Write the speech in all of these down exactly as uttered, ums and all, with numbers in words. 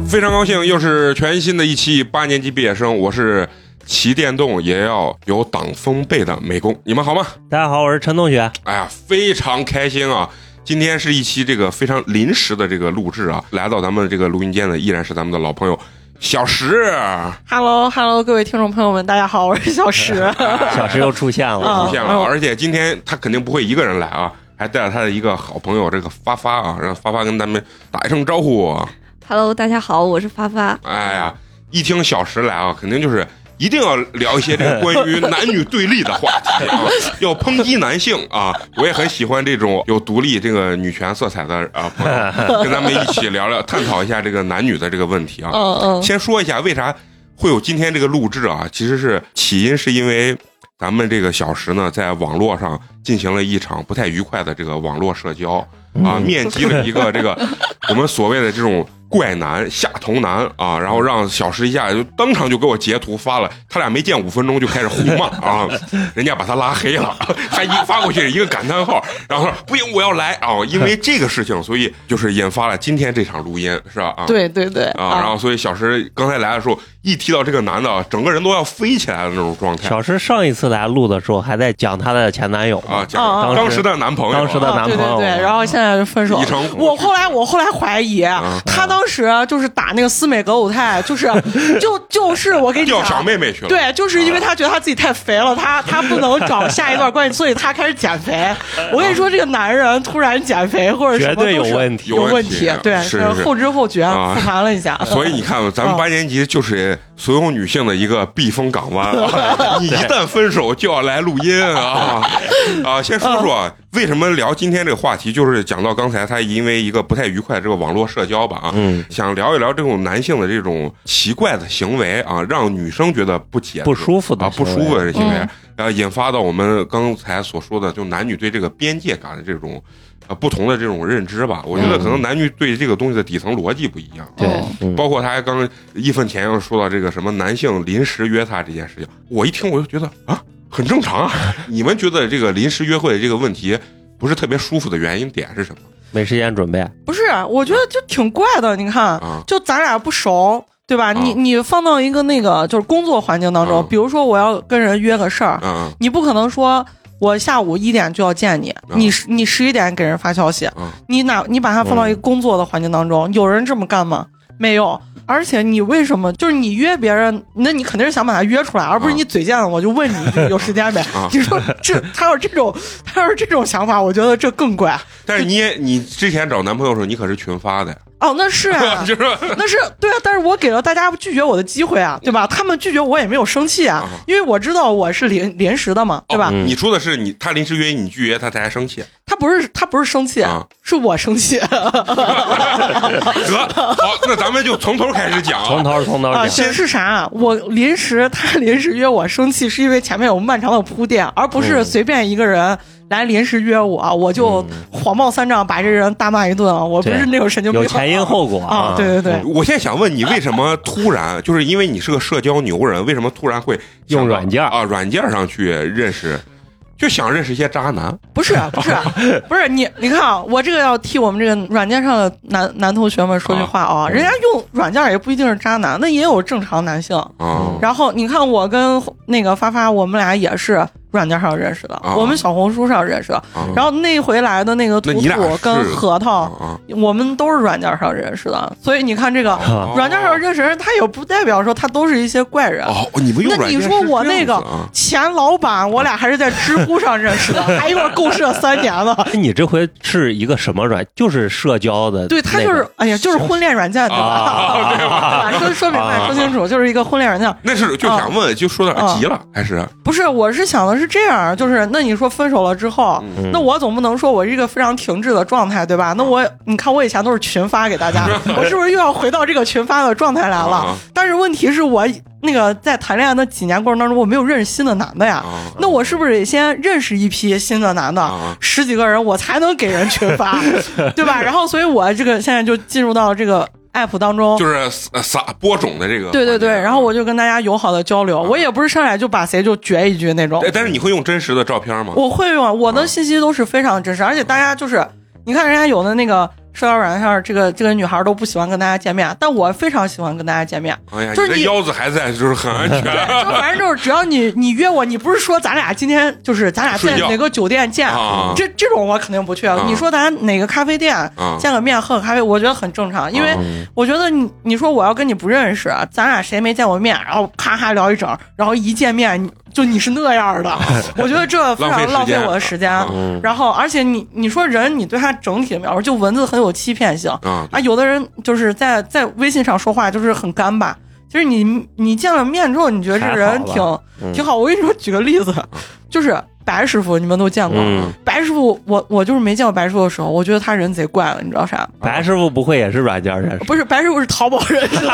非常高兴，又是全新的一期八年级毕业生，我是骑电动也要有挡风被的美工，你们好吗？ 大家好，我是陈同学。 哎呀，非常开心啊！今天是一期这个非常临时的这个录制啊，来到咱们这个录音间的依然是咱们的老朋友小石。 Hello Hello， 各位听众朋友们，大家好，我是小石。 小石又出现了， 出现了，而且今天他肯定不会一个人来啊，还带了他的一个好朋友这个发发啊，让发发跟咱们打一声招呼。 Hello， 大家好，我是发发。 哎呀，一听小石来啊，肯定就是一定要聊一些这个关于男女对立的话题啊，要抨击男性啊。我也很喜欢这种有独立这个女权色彩的啊朋友，跟咱们一起聊聊，探讨一下这个男女的这个问题啊。 嗯嗯。 先说一下为啥会有今天这个录制啊，其实是起因是因为咱们这个小石呢，在网络上进行了一场不太愉快的这个网络社交啊，面基了一个这个我们所谓的这种怪男下头男啊，然后让小石一下就当场就给我截图发了，他俩没见五分钟就开始互骂啊，人家把他拉黑了，还一发过去一个感叹号，然后说不行我要来啊，因为这个事情，所以就是引发了今天这场录音，是吧？啊， 对对对啊，然后所以小石刚才来的时候，一提到这个男的，整个人都要飞起来的那种状态。 小石上一次来录的时候还在讲他的前男友啊，讲当时的男朋友， 当时的男朋友， 对对对，然后现在就分手。我后来我后来怀疑他当时就是打那个思美格舞态，就是就就是我跟你讲， 叫小妹妹去了。 对，就是因为他觉得他自己太肥了，他他不能找下一段关系，所以他开始减肥。我跟你说，这个男人突然减肥或者什么绝对有问题， 有问题。对， 是后知后觉，复盘了一下。 所以你看，咱们八年级就是所有女性的一个避风港湾。你一旦分手就要来录音啊啊！先说说为什么聊今天这个话题，就是讲到刚才他因为一个不太愉快的这个网络社交吧啊，嗯，想聊一聊这种男性的这种奇怪的行为啊，让女生觉得不解、 不舒服的啊，不舒服的行为，然后引发到我们刚才所说的，就男女对这个边界感的这种呃不同的这种认知吧。我觉得可能男女对这个东西的底层逻辑不一样。 对、 嗯，包括他还刚义愤填膺说到这个什么男性临时约他这件事情，我一听我就觉得啊，很正常啊。你们觉得这个临时约会的这个问题不是特别舒服的原因点是什么？ 没时间准备？ 不是，我觉得就挺怪的。你看， 啊、 就咱俩不熟。对吧？你你放到一个那个就是工作环境当中，比如说我要跟人约个事儿，你不可能说我下午一点就要见你，你你十一点给人发消息，你哪你把它放到一个工作的环境当中，有人这么干吗？没有。而且你为什么就是你约别人，那你肯定是想把他约出来，而不是你嘴贱了我就问你有时间没？你说这他要这种他要是这种想法，我觉得这更怪。 但是你也你之前找男朋友的时候，你可是群发的。 哦，那是啊， 就是那是对啊，但是我给了大家拒绝我的机会啊，对吧？他们拒绝我也没有生气啊，因为我知道我是临临时的嘛，对吧？ 哦、你说的是你他临时约你拒绝他才生气， 他不是他不是生气，啊、是我生气。得好，那咱们就从头开始讲， 从头从头讲。 啊，是是啥？我临时他临时约我生气，是因为前面有漫长的铺垫，而不是随便一个人。来临时约我，我就火冒三丈把这人大骂一顿啊！我不是那种神经病， 有前因后果啊！对对对， 我现在想问你，为什么突然就是因为你是个社交牛人，为什么突然会用软件啊软件上去认识？就想认识一些渣男？ 不是不是不是你你看啊，我这个要替我们这个软件上的男男同学们说句话啊，人家用软件也不一定是渣男，那也有正常男性。 啊、 然后你看我跟那个发发，我们俩也是软件上认识的，啊、我们小红书上认识的。啊、然后那回来的那个图图跟核桃，啊、我们都是软件上认识的。所以你看这个、啊、软件上认识人，他也不代表说他都是一些怪人。 哦，你们用软件那你说我那个前老板，我俩还是在知乎上认识的，还一块构设三年了。 你这回是一个什么软？就是社交的、那个。 对，他就是哎呀，就是婚恋软件对吧？ 啊、对吧？ 说说明白，说清楚，就是一个婚恋软件。 那是就想问，就说点急了还是？ 不是，我是想的是这样，就是那你说分手了之后，嗯、那我总不能说我是一个非常停滞的状态，对吧？那我你看我以前都是群发给大家，我是不是又要回到这个群发的状态来了？啊、但是问题是我那个在谈恋爱那几年过程当中，我没有认识新的男的呀，啊、那我是不是得先认识一批新的男的，啊、十几个人，我才能给人群发，对吧？然后所以我这个现在就进入到这个app 当中， 就是撒播种的这个， 对对对，然后我就跟大家友好的交流，我也不是上来就把谁就绝一句那种。 但是你会用真实的照片吗？ 我会用，我的信息都是非常真实，而且大家就是你看人家有的那个社交软件上这个这个女孩都不喜欢跟大家见面，但我非常喜欢跟大家见面。 哎呀， 就是你这腰子还在，就是很安全。 对，就反正就是只要你你约我，你不是说咱俩今天就是咱俩在哪个酒店见， 啊、 这这种我肯定不去。啊、你说咱哪个咖啡店、啊、见个面喝个咖啡，我觉得很正常，因为我觉得你你说我要跟你不认识，咱俩谁没见过面，然后咔咔聊一整，然后一见面就你是那样的，我觉得这非常浪费我的时间。 嗯、 然后，而且你你说人，你对他整体的描述，就文字很有欺骗性、 嗯、 啊。有的人就是在在微信上说话就是很干巴，其实你你见了面之后，你觉得这人挺好、嗯、挺好。我跟你说，举个例子，就是白师傅，你们都见过。嗯、白师傅，我我就是没见过白师傅的时候，我觉得他人贼怪了，你知道啥？ 白师傅不会也是软件认识？ 不是，白师傅是淘宝认识的。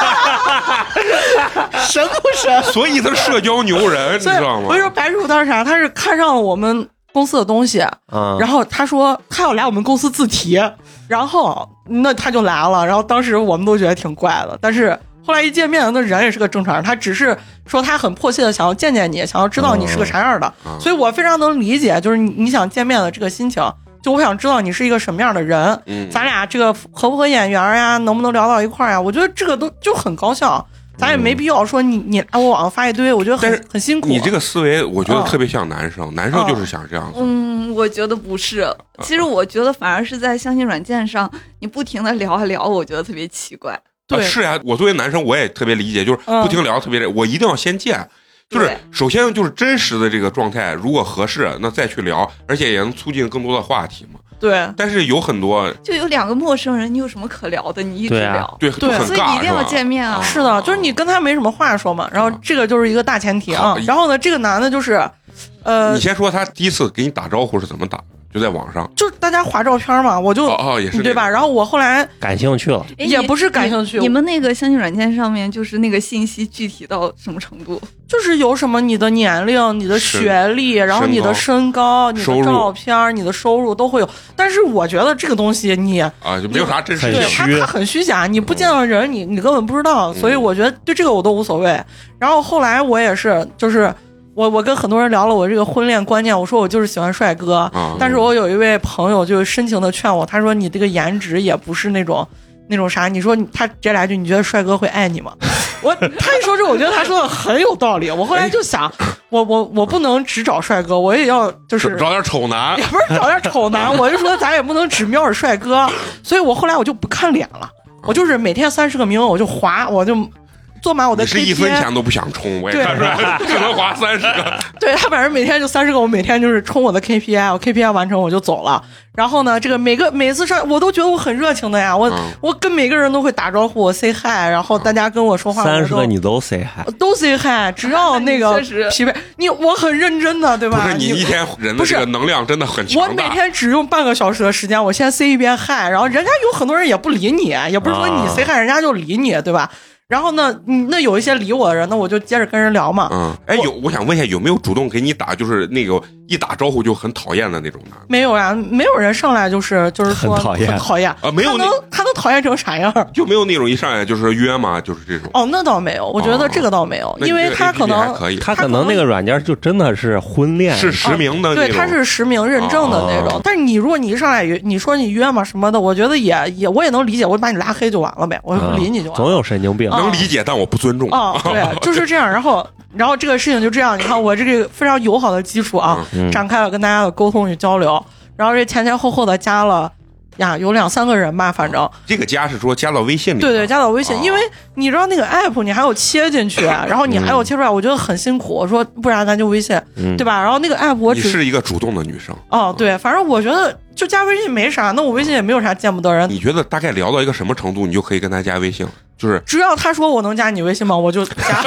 神不神？ 所以他社交牛人，你知道吗？ 我跟你说，白师傅他是啥？他是看上我们公司的东西，嗯、然后他说他要来我们公司自提，然后那他就来了。然后当时我们都觉得挺怪的，但是后来一见面，那人也是个正常人，他只是说他很迫切的想要见见你，想要知道你是个啥样的，嗯、所以我非常能理解，就是你你想见面的这个心情。就我想知道你是一个什么样的人，嗯、咱俩这个合不合眼缘呀，能不能聊到一块儿呀？我觉得这个都就很高效。咱也没必要说你你来我网上发一堆，我觉得很很辛苦。 你这个思维，我觉得特别像男生，嗯、男生就是想这样子。 嗯，我觉得不是。其实我觉得反而是在相亲软件上，你不停的聊啊聊，我觉得特别奇怪。 对， 啊是呀、啊，我作为男生我也特别理解，就是不停聊特别，嗯、我一定要先见。就是首先就是真实的这个状态，如果合适，那再去聊，而且也能促进更多的话题嘛。 对， 但是有很多就有两个陌生人，你有什么可聊的？你一直聊， 对对， 很所以你一定要见面啊。 是的，就是你跟他没什么话说嘛。然后这个就是一个大前提啊。然后呢，这个男的就是，呃， 你先说他第一次给你打招呼是怎么打？就在网上， 就是大家划照片嘛，我就哦哦也是、那個、 对吧？然后我后来感兴趣了， 也不是感兴趣。 你, 你们那个相亲软件上面就是那个信息具体到什么程度？ 就是有什么你的年龄、你的学历，然后你的身高、你的照片、你的收入都会有。但是我觉得这个东西你啊就没有啥真实性， 对它它很虚假，你不见到人，你你根本不知道。所以我觉得对这个我都无所谓。然后后来我也是，就是。我我跟很多人聊了我这个婚恋观念，我说我就是喜欢帅哥，嗯、但是我有一位朋友就深情的劝我，他说你这个颜值也不是那种那种啥，你说他接来句你觉得帅哥会爱你吗？我他一说这，我觉得他说的很有道理。我后来就想，我我我不能只找帅哥，我也要就是找点丑男， 也不是找点丑男，我就说咱也不能只瞄着帅哥，所以我后来我就不看脸了，我就是每天三十个名额我就划，我就。做满我的 K P I， 你是一分钱都不想充，我也看出来，只能划三十个。 对他反正每天就三十个，我每天就是充我的 K P I， 我 K P I 完成我就走了。然后呢，这个每个每次上我都觉得我很热情的呀，我、嗯、我跟每个人都会打招呼，我 say hi， 然后大家跟我说话， 三十个你都 say hi， 都 say hi， 只要那个匹配你，我很认真的，对吧？ 不是你一天人的这个能量真的很强大。 我每天只用半个小时的时间，我先 say 一遍 hi， 然后人家有很多人也不理你，也不是说你 say hi， 人家就理你，对吧？然后呢，那有一些理我的人，那我就接着跟人聊嘛。 嗯，哎，有我想问一下，有没有主动给你打，就是那个一打招呼就很讨厌的那种男？ 没有呀，没有人上来就是就是说很讨厌， 很讨厌啊，没有他能他能讨厌成啥样？ 就没有那种一上来就是约嘛，就是这种。 哦，那倒没有，我觉得这个倒没有，哦、因为他可能可以， 他可能那个软件就真的是婚恋， 是实名的那种， 对，他是实名认证的那种。哦、但是你如果你一上来约，你说你约嘛什么的，我觉得也也我也能理解，我把你拉黑就完了呗，我不理你就完了。 嗯、总有神经病， 能理解，但我不尊重。 哦，对，就是这样。然后，然后这个事情就这样，你看我这个非常友好的基础啊，嗯、展开了跟大家的沟通与交流。然后这前前后后的加了呀，有两三个人吧，反正。 这个加是说加到微信里。 对对，加到微信， 哦、 因为你知道那个 app 你还有切进去，然后你还有切出来，我觉得很辛苦。我说不然咱就微信，嗯、对吧？然后那个 app 我只你是一个主动的女生。 哦，对，反正我觉得就加微信没啥，那我微信也没有啥见不得人。 你觉得大概聊到一个什么程度，你就可以跟他加微信了？就是只要他说我能加你微信吗，我就加。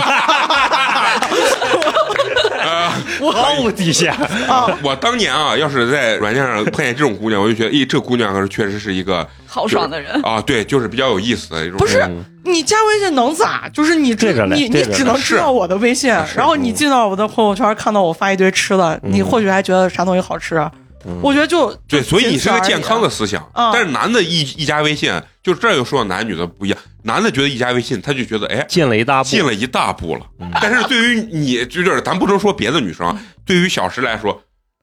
毫无底线啊！ 我当年啊，要是在软件上碰见这种姑娘，我就觉得，咦，这姑娘可是确实是一个豪爽的人啊，对，就是比较有意思的一种。 不是，你加微信能咋？就是你这个你你只能知道我的微信，然后你进到我的朋友圈，看到我发一堆吃的，你或许还觉得啥东西好吃。嗯、我觉得就对，所以你是个健康的思想。 嗯、 但是男的一一加微信，就这又说到男女的不一样。男的觉得一加微信，他就觉得哎， 进了一大步， 进了一大步了。嗯、但是对于你，就是咱不能说别的女生，对于小石来说，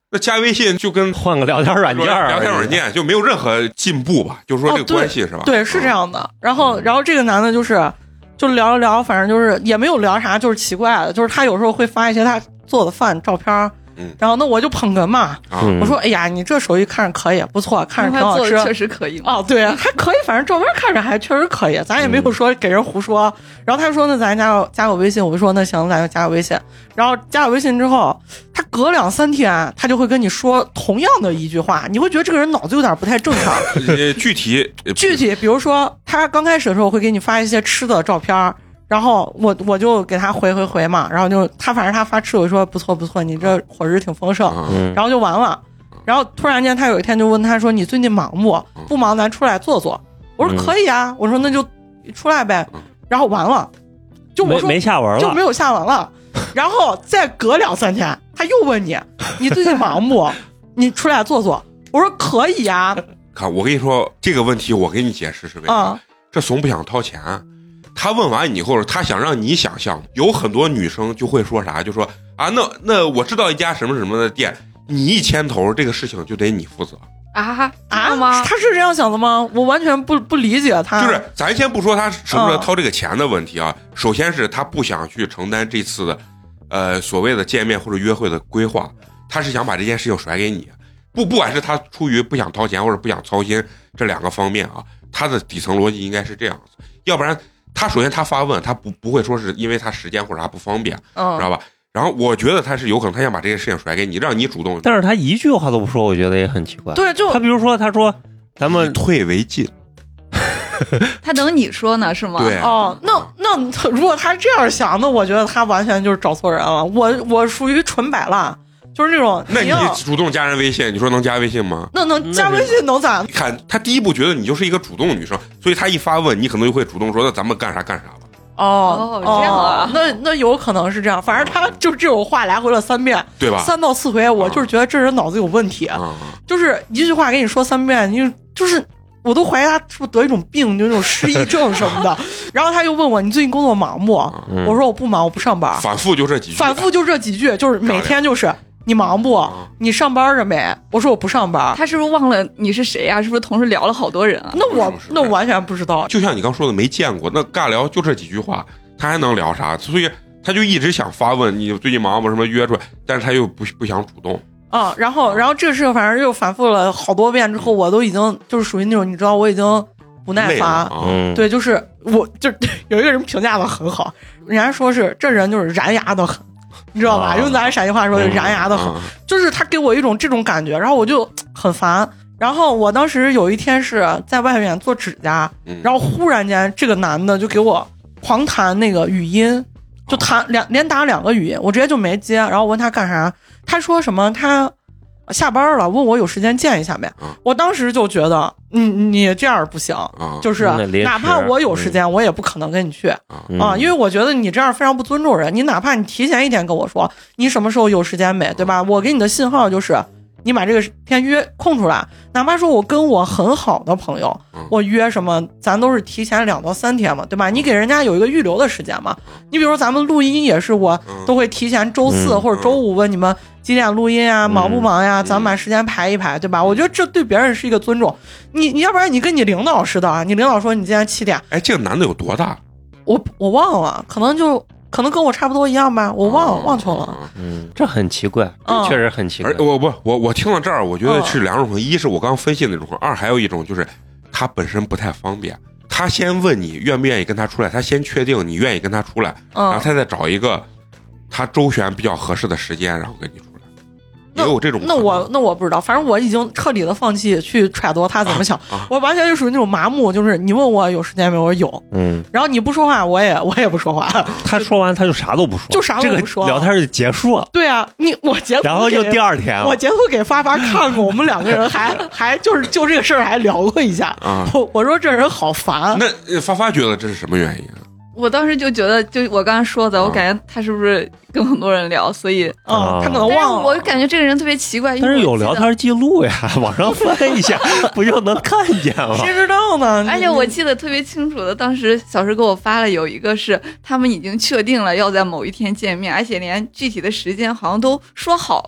那加微信就跟换个聊天软件， 聊天软件就没有任何进步吧？就是说这个关系、 哦、 是吧？ 对，是这样的。然后，然后这个男的就是就聊了聊，反正就是也没有聊啥，就是奇怪的，就是他有时候会发一些他做的饭照片。嗯，然后那我就捧哏嘛、嗯，我说哎呀，你这手艺看着可以，不错，看着挺好吃， 确实可以。 哦，对，还可以，反正照片看着还确实可以，咱也没有说给人胡说。嗯、然后他说那咱加个加个微信，我就说那行，咱就加个微信。然后加了微信之后，他隔两三天他就会跟你说同样的一句话，你会觉得这个人脑子有点不太正常。 呃，具体具体，比如说他刚开始的时候会给你发一些吃的照片。然后我我就给他回回回嘛，然后就他反正他发吃，我说不错不错，你这伙食挺丰盛，嗯、然后就完了。然后突然间他有一天就问他说：“你最近忙不？不忙咱出来坐坐。”我说：“可以啊。”我说：“那就出来呗。”然后完了，就我说没没下文了， 就没有下文了。然后再隔两三天，他又问你：“你最近忙不？你出来坐坐。”我说：“可以啊。” 看，我跟你说这个问题，我给你解释是为啥？嗯、这怂不想掏钱。他问完你以后，他想让你想象，有很多女生就会说啥，就说啊，那那我知道一家什么什么的店，你一牵头，这个事情就得你负责啊啊吗？他是这样想的吗？我完全不不理解他。 就是咱先不说他舍不舍得掏这个钱的问题啊，嗯、首先是他不想去承担这次的，呃，所谓的见面或者约会的规划，他是想把这件事情甩给你。不，不管是他出于不想掏钱或者不想操心这两个方面啊，他的底层逻辑应该是这样子，要不然。他首先他发问，他不不会说是因为他时间或者他不方便，嗯，知道吧？然后我觉得他是有可能他想把这件事情甩给你，让你主动。 但是他一句话都不说，我觉得也很奇怪。 对，就他比如说他说咱们以退为进， 他等你说呢是吗？ 对、啊， 哦，那那如果他这样想，那我觉得他完全就是找错人了。我我属于纯摆烂。就是那种， 那你主动加人微信，你说能加微信吗？ 那能加微信能咋？ 你看他第一步觉得你就是一个主动女生，所以他一发问，你可能就会主动说，那咱们干啥干啥吧。 哦， 这样啊， 那那有可能是这样。反正他就这种话来回了三遍， 对吧？ 三到四回，我就是觉得这人脑子有问题，啊、就是一句话给你说三遍，你就是我都怀疑他是不是得一种病，就那种失忆症什么的。然后他又问我你最近工作忙不？嗯、我说我不忙，我不上班。 反复就这几句， 反复就这几句，就是每天就是。你忙不？你上班着没？我说我不上班。 他是不是忘了你是谁啊？是不是同时聊了好多人啊？ 那我那我完全不知道。 就像你刚说的，没见过，那尬聊就这几句话，他还能聊啥？所以他就一直想发问你最近忙不？什么约出来，但是他又不不想主动。 啊、嗯，然后然后这个事情反正又反复了好多遍之后，我都已经就是属于那种你知道我已经不耐烦。嗯，对，就是我就有一个人评价的很好，人家说是这人就是燃牙的很。你知道吧？用咱陕西话说，燃牙的很，就是他给我一种这种感觉，然后我就很烦。然后我当时有一天是在外面做指甲，然后忽然间这个男的就给我狂弹那个语音，就弹两连打两个语音，我直接就没接。然后问他干啥，他说什么他下班了，问我有时间见一下没。我当时就觉得，嗯，你这样不行，就是哪怕我有时间，我也不可能跟你去啊，因为我觉得你这样非常不尊重人。你哪怕你提前一天跟我说你什么时候有时间没，对吧？我给你的信号就是你把这个天约空出来，哪怕说我跟我很好的朋友，我约什么，咱都是提前两到三天嘛，对吧？你给人家有一个预留的时间嘛。你比如咱们录音也是，我都会提前周四或者周五问你们几点录音啊，忙不忙呀？咱们把时间排一排，对吧？我觉得这对别人是一个尊重。你你要不然你跟你领导似的啊，你领导说你今天七点， 哎，这个男的有多大？ 我我忘了，可能就。可能跟我差不多一样吧，我忘了、哦、忘却了。 嗯，这很奇怪，嗯、确实很奇怪。 我不我我听到这儿，我觉得是两种可能，一是我刚分析的那种，二还有一种就是他本身不太方便。他先问你愿不愿意跟他出来，他先确定你愿意跟他出来，嗯、然后他再找一个他周旋比较合适的时间，然后跟你出来。也有这种那我那我不知道，反正我已经彻底的放弃去揣度他怎么想、啊啊，我完全就属于那种麻木，就是你问我有时间没，我说有，嗯，然后你不说话，我也我也不说话。 他说完他就啥都不说， 就啥都不说， 这个聊天就结束了。 对啊，你我截图， 然后就第二天， 我截图给发发看过，我们两个人还还就是就这个事儿还聊过一下。啊，我我说这人好烦。 那发发觉得这是什么原因啊？ 我当时就觉得，就我刚才说的，我感觉他是不是跟很多人聊，所以， 嗯，他可能忘了。 我感觉这个人特别奇怪， 但是有聊天记录呀，往上翻一下，不就能看见吗？ 谁知道呢？ 而且我记得特别清楚的，当时小石给我发了有一个是他们已经确定了要在某一天见面，而且连具体的时间好像都说好了。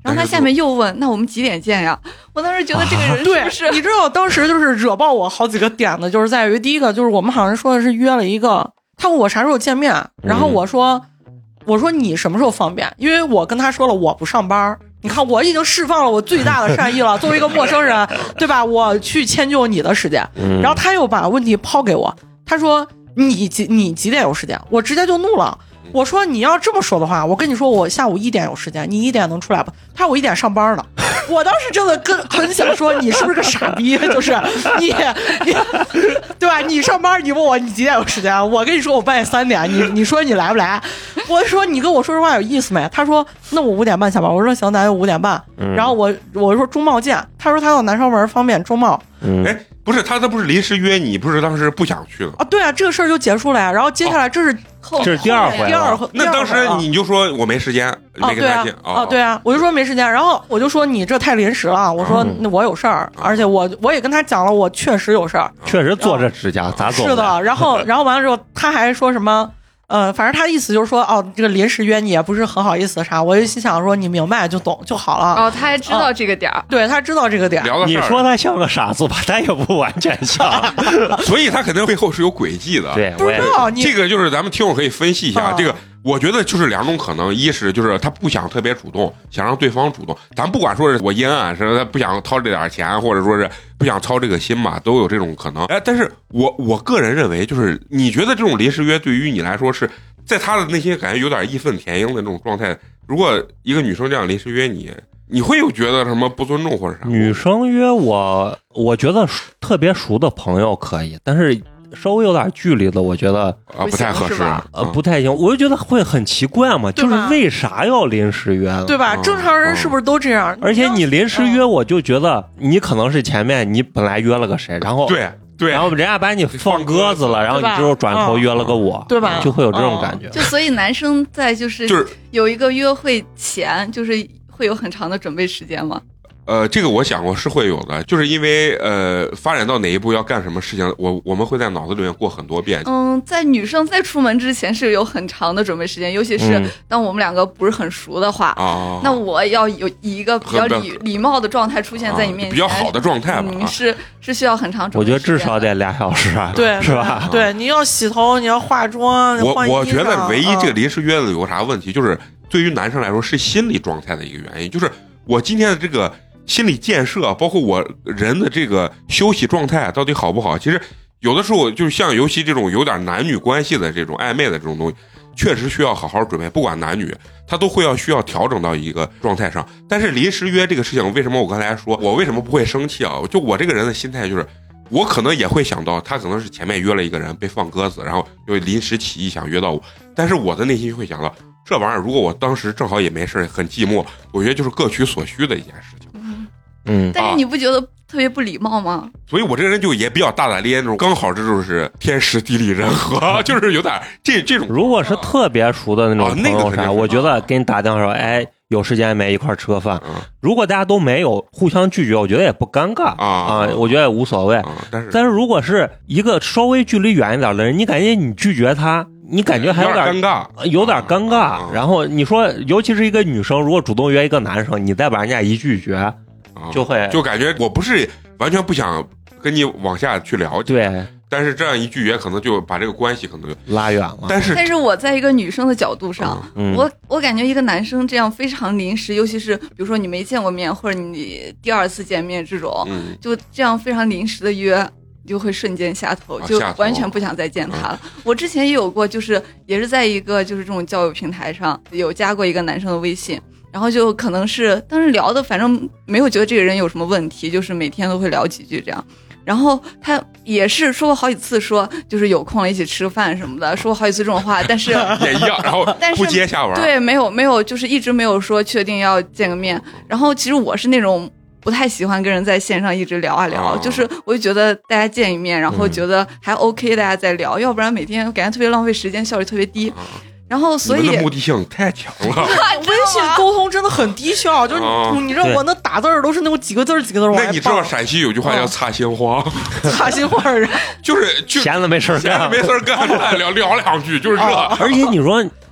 然后他下面又问，那我们几点见呀？我当时觉得这个人是不是、 啊、对，你知道当时就是惹爆我好几个点的，就是在于第一个就是我们好像说的是约了一个，他问我啥时候见面，然后我说、嗯、我说你什么时候方便，因为我跟他说了我不上班，你看我已经释放了我最大的善意了，作为一个陌生人对吧，我去迁就你的时间、嗯、然后他又把问题抛给我，他说你几你几点有时间，我直接就怒了，我说你要这么说的话，我跟你说我下午一点有时间，你一点能出来不？他说我一点上班呢。我当时真的跟很想说你是不是个傻逼，就是你你对吧？你上班你问我你几点有时间，我跟你说我半夜三点，你你说你来不来？我说你跟我说实话有意思没？他说那我五点半下班，我说行，咱就五点半。嗯、然后我我说中贸见，他说他到南稍门方便中贸。 嗯，哎，不是他他不是临时约你，不是当时不想去的啊？对啊，这个事儿就结束了呀。然后接下来这是、 哦、这是第二回， 第二回。 那当时你就说我没时间， 啊、 没跟他见啊、哦哦，对啊，我就说没时间。然后我就说你这太临时了，我说、嗯、我有事儿，而且我我也跟他讲了，我确实有事儿， 确实做这指甲咋走？ 是的。然后然后完了之后，他还说什么？呃，反正他的意思就是说，哦，这个临时约你也不是很好意思啥，我就心想说，你明白就懂就好了。 哦，他还知道这个点儿、 哦，对他知道这个点儿。 你说他像个傻子吧，他也不完全像， 所以他肯定背后是有诡计的。 对， 不知道这个就是咱们听众可以分析一下，嗯、这个我觉得就是两种可能，一是就是他不想特别主动，想让对方主动，咱不管说是我阴暗，是他不想掏这点钱，或者说是不想操这个心吧，都有这种可能。哎，但是我我个人认为，就是你觉得这种临时约对于你来说是。在他的内心感觉有点义愤填膺的那种状态，如果一个女生这样临时约你，你会有觉得什么不尊重或者啥？ 女生约我，我觉得特别熟的朋友可以，但是稍微有点距离的，我觉得啊不太合适， 呃不太行，我就觉得会很奇怪嘛，就是为啥要临时约呢？ 对吧？正常人是不是都这样？ 而且你临时约，我就觉得你可能是前面你本来约了个谁，然后对。对， 然后人家把你放鸽子了，然后你之后转头约了个我， 对吧？ 就会有这种感觉。 就所以男生在就是有一个约会前，就是会有很长的准备时间吗？ 呃，这个我想过是会有的，就是因为呃，发展到哪一步要干什么事情，我我们会在脑子里面过很多遍。 嗯，在女生在出门之前是有很长的准备时间，尤其是当我们两个不是很熟的话，嗯、那我要有以一个比较礼礼貌的状态出现在你面前， 比较好的状态吧。 嗯，是是需要很长准备时间。 我觉得至少得俩小时啊， 对， 是吧？ 对，你要洗头，你要化妆， 我我觉得唯一这个临时约的有啥问题，就是对于男生来说是心理状态的一个原因，就是我今天的这个。心理建设，包括我人的这个休息状态到底好不好？其实有的时候就是像尤其这种有点男女关系的这种暧昧的这种东西，确实需要好好准备，不管男女，他都会要需要调整到一个状态上。但是临时约这个事情，为什么我刚才说我为什么不会生气啊？就我这个人的心态就是，我可能也会想到他可能是前面约了一个人被放鸽子，然后又临时起意想约到我，但是我的内心就会想到，这玩意儿如果我当时正好也没事，很寂寞，我觉得就是各取所需的一件事情。 嗯， 但是你不觉得特别不礼貌吗？ 所以我这个人就也比较大大咧咧那种，刚好这就是天时地利人和，就是有点这这种。 如果是特别熟的那种朋友啥，啊那个、我觉得给你打电话说，哎，有时间没一块吃个饭。嗯、如果大家都没有互相拒绝，我觉得也不尴尬啊啊，我觉得也无所谓。 啊、但是但是如果是一个稍微距离远一点的人，你感觉你拒绝他。你感觉还有点尴尬， 有点尴尬。然后你说，尤其是一个女生，如果主动约一个男生，你再把人家一拒绝，就会就感觉我不是完全不想跟你往下去了解， 对。 但是这样一拒绝，可能就把这个关系可能就拉远了。 但是， 但是我在一个女生的角度上，嗯、我我感觉一个男生这样非常临时，尤其是比如说你没见过面，或者你第二次见面这种，嗯、就这样非常临时的约。就会瞬间下头，就完全不想再见他了。嗯、我之前也有过，就是也是在一个就是这种交友平台上有加过一个男生的微信，然后就可能是当时聊的，反正没有觉得这个人有什么问题，就是每天都会聊几句这样。然后他也是说过好几次说，就是有空了一起吃饭什么的，说过好几次这种话，但是也一样，然后不接下文。 对，没有没有，就是一直没有说确定要见个面。然后其实我是那种。不太喜欢跟人在线上一直聊啊聊，啊、就是我就觉得大家见一面，然后觉得还 OK，、嗯、大家再聊，要不然每天感觉特别浪费时间，效率特别低。啊、然后所以你们的目的性太强了， 微信沟通真的很低效，就是你、啊、你让我那打字都是那种几个字几个字。 那你知道陕西有句话叫擦心慌， 擦心慌的人就是就闲着没事干， 闲着没事干，聊聊两句就是这、啊。 而且你说。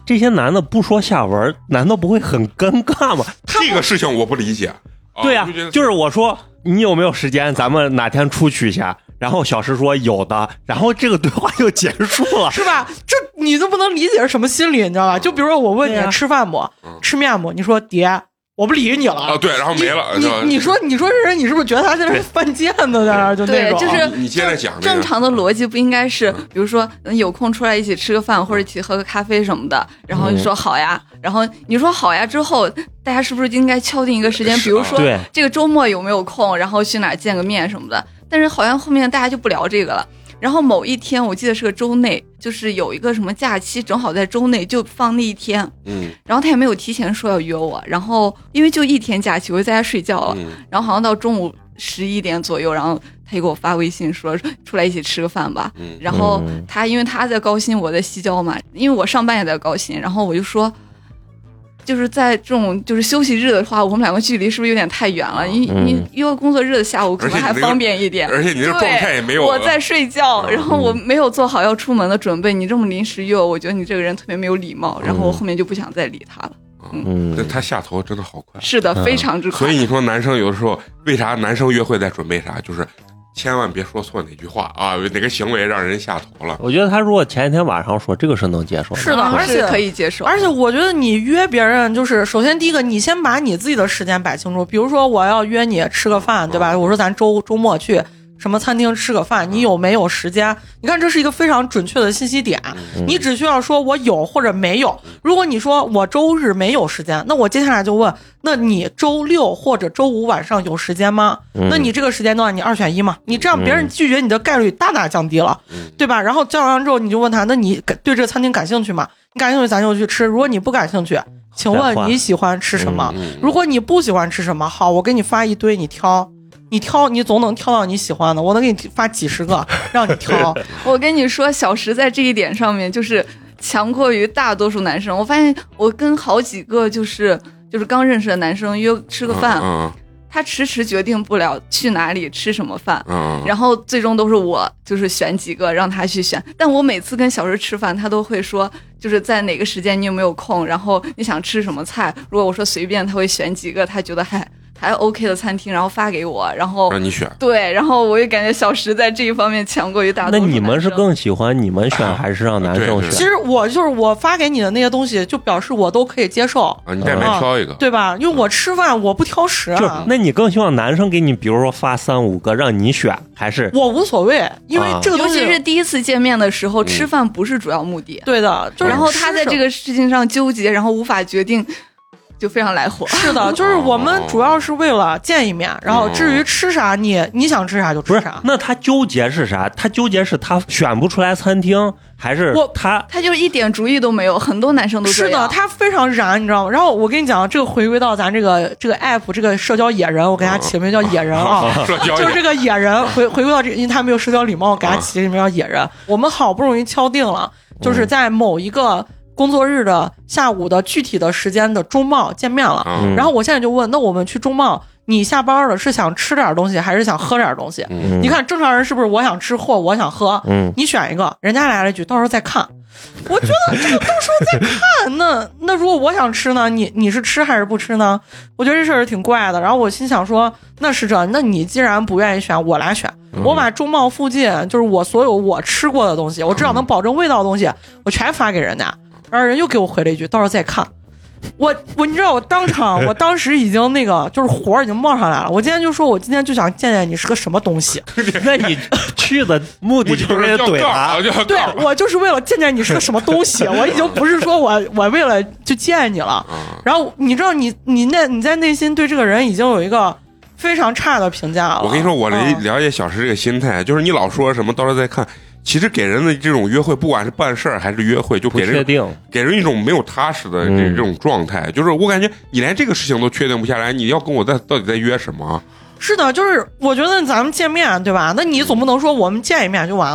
这些男的不说下文，难道不会很尴尬吗？ 这个事情我不理解。 对呀、啊，就是我说你有没有时间，咱们哪天出去一下？然后小石说有的，然后这个对话就结束了， 是吧？这你都不能理解是什么心理，你知道吧？就比如说我问你、啊、吃饭不、嗯、吃面不，你说爹。我不理你了啊！对，然后没了。 你你说你说这人，你是不是觉得他在那犯贱呢？在那儿就那种。 对，就是你接着讲。 正常的逻辑不应该是，比如说有空出来一起吃个饭，或者一起喝个咖啡什么的，然后你说好呀，然后你说好呀之后，大家是不是应该敲定一个时间？比如说这个周末有没有空，然后去哪儿见个面什么的。但是好像后面大家就不聊这个了。然后某一天，我记得是个周内，就是有一个什么假期，正好在周内就放那一天。 嗯， 然后他也没有提前说要约我，然后因为就一天假期，我就在家睡觉了。嗯、然后好像到中午十一点左右，然后他就给我发微信说出来一起吃个饭吧。嗯，然后他因为他在高新，我在西郊嘛，因为我上班也在高新，然后我就说。就是在这种就是休息日的话，我们两个距离是不是有点太远了？你、嗯、你约工作日的下午可能还方便一点， 而且你这状态也没有。 我在睡觉，然后我没有做好要出门的准备，你这么临时约我，我觉得你这个人特别没有礼貌，然后我后面就不想再理他了。 嗯，那他下头真的好快。 是的，非常之快。 所以你说男生有的时候为啥男生约会在准备啥，就是千万别说错哪句话啊，哪个行为让人下头了。 我觉得他如果前一天晚上说这个是能接受的， 是的，而且可以接受。 而且我觉得你约别人，就是首先第一个，你先把你自己的时间摆清楚。比如说我要约你吃个饭，对吧？我说咱周周末去什么餐厅吃个饭，你有没有时间？你看这是一个非常准确的信息点，你只需要说我有或者没有。如果你说我周日没有时间，那我接下来就问，那你周六或者周五晚上有时间吗？那你这个时间段你二选一嘛，你这样别人拒绝你的概率大大降低了，对吧？然后交完之后你就问他，那你对这个餐厅感兴趣吗？你感兴趣咱就去吃，如果你不感兴趣，请问你喜欢吃什么？如果你不喜欢吃什么，好，我给你发一堆，你挑。你挑，你总能挑到你喜欢的，我能给你发几十个让你挑。 我跟你说，小石在这一点上面就是强过于大多数男生。我发现我跟好几个就是就是刚认识的男生约吃个饭， 嗯嗯、 他迟迟决定不了去哪里吃什么饭， 嗯、 然后最终都是我就是选几个让他去选。但我每次跟小石吃饭，他都会说就是在哪个时间你有没有空，然后你想吃什么菜。如果我说随便，他会选几个他觉得还。还 OK 的餐厅，然后发给我，然后让你选。 对，然后我也感觉小石在这一方面强过于大多数男生。 那你们是更喜欢你们选，还是让男生选？ 其实我就是我发给你的那些东西，就表示我都可以接受啊。你再没挑一个、 啊，对吧？因为我吃饭我不挑食啊。 就那你更希望男生给你，比如说发三五个让你选，还是我无所谓？因为这个东西， 尤其是第一次见面的时候，吃饭不是主要目的。 对的，就是然后他在这个事情上纠结，然后无法决定。就非常来火。 是的，就是我们主要是为了见一面，然后至于吃啥，你你想吃啥就吃啥。 那他纠结是啥？他纠结是他选不出来餐厅，还是他他就是一点主意都没有？很多男生都这样。是的，他非常燃，你知道吗？然后我跟你讲，这个回归到咱这个这个 app 这个社交野人，我给他起个名叫野人啊，就是这个野人回回归到这个，因为他没有社交礼貌，我给他起个名叫野人。我们好不容易敲定了，就是在某一个工作日的下午的具体的时间的中贸见面了， 嗯、 然后我现在就问，那我们去中贸，你下班了是想吃点东西还是想喝点东西？ 嗯、 你看正常人是不是我想吃或我想喝？ 嗯、 你选一个，人家来了一句到时候再看。我觉得这个到时候再看，那那如果我想吃呢，你你是吃还是不吃呢？我觉得这事儿挺怪的。然后我心想说，那是这，那你既然不愿意选，我来选。我把中贸附近就是我所有我吃过的东西，我至少能保证味道的东西，我全发给人家。然后人又给我回了一句，到时候再看。我我你知道我当场我当时已经那个就是火已经冒上来了。我今天就说我今天就想见见你是个什么东西。 那你去的目的就是为了怼他？ 对，我就是为了见见你是个什么东西。我已经不是说我我为了就见你了。然后你知道你你那你在内心对这个人已经有一个非常差的评价了。 我跟你说，我了解小石这个心态，就是你老说什么到时候再看。其实给人的这种约会，不管是办事儿还是约会，就给人给人一种没有踏实的这这种状态。嗯、就是我感觉你连这个事情都确定不下来，你要跟我在到底在约什么？ 是的，就是我觉得咱们见面对吧？那你总不能说我们见一面就完了。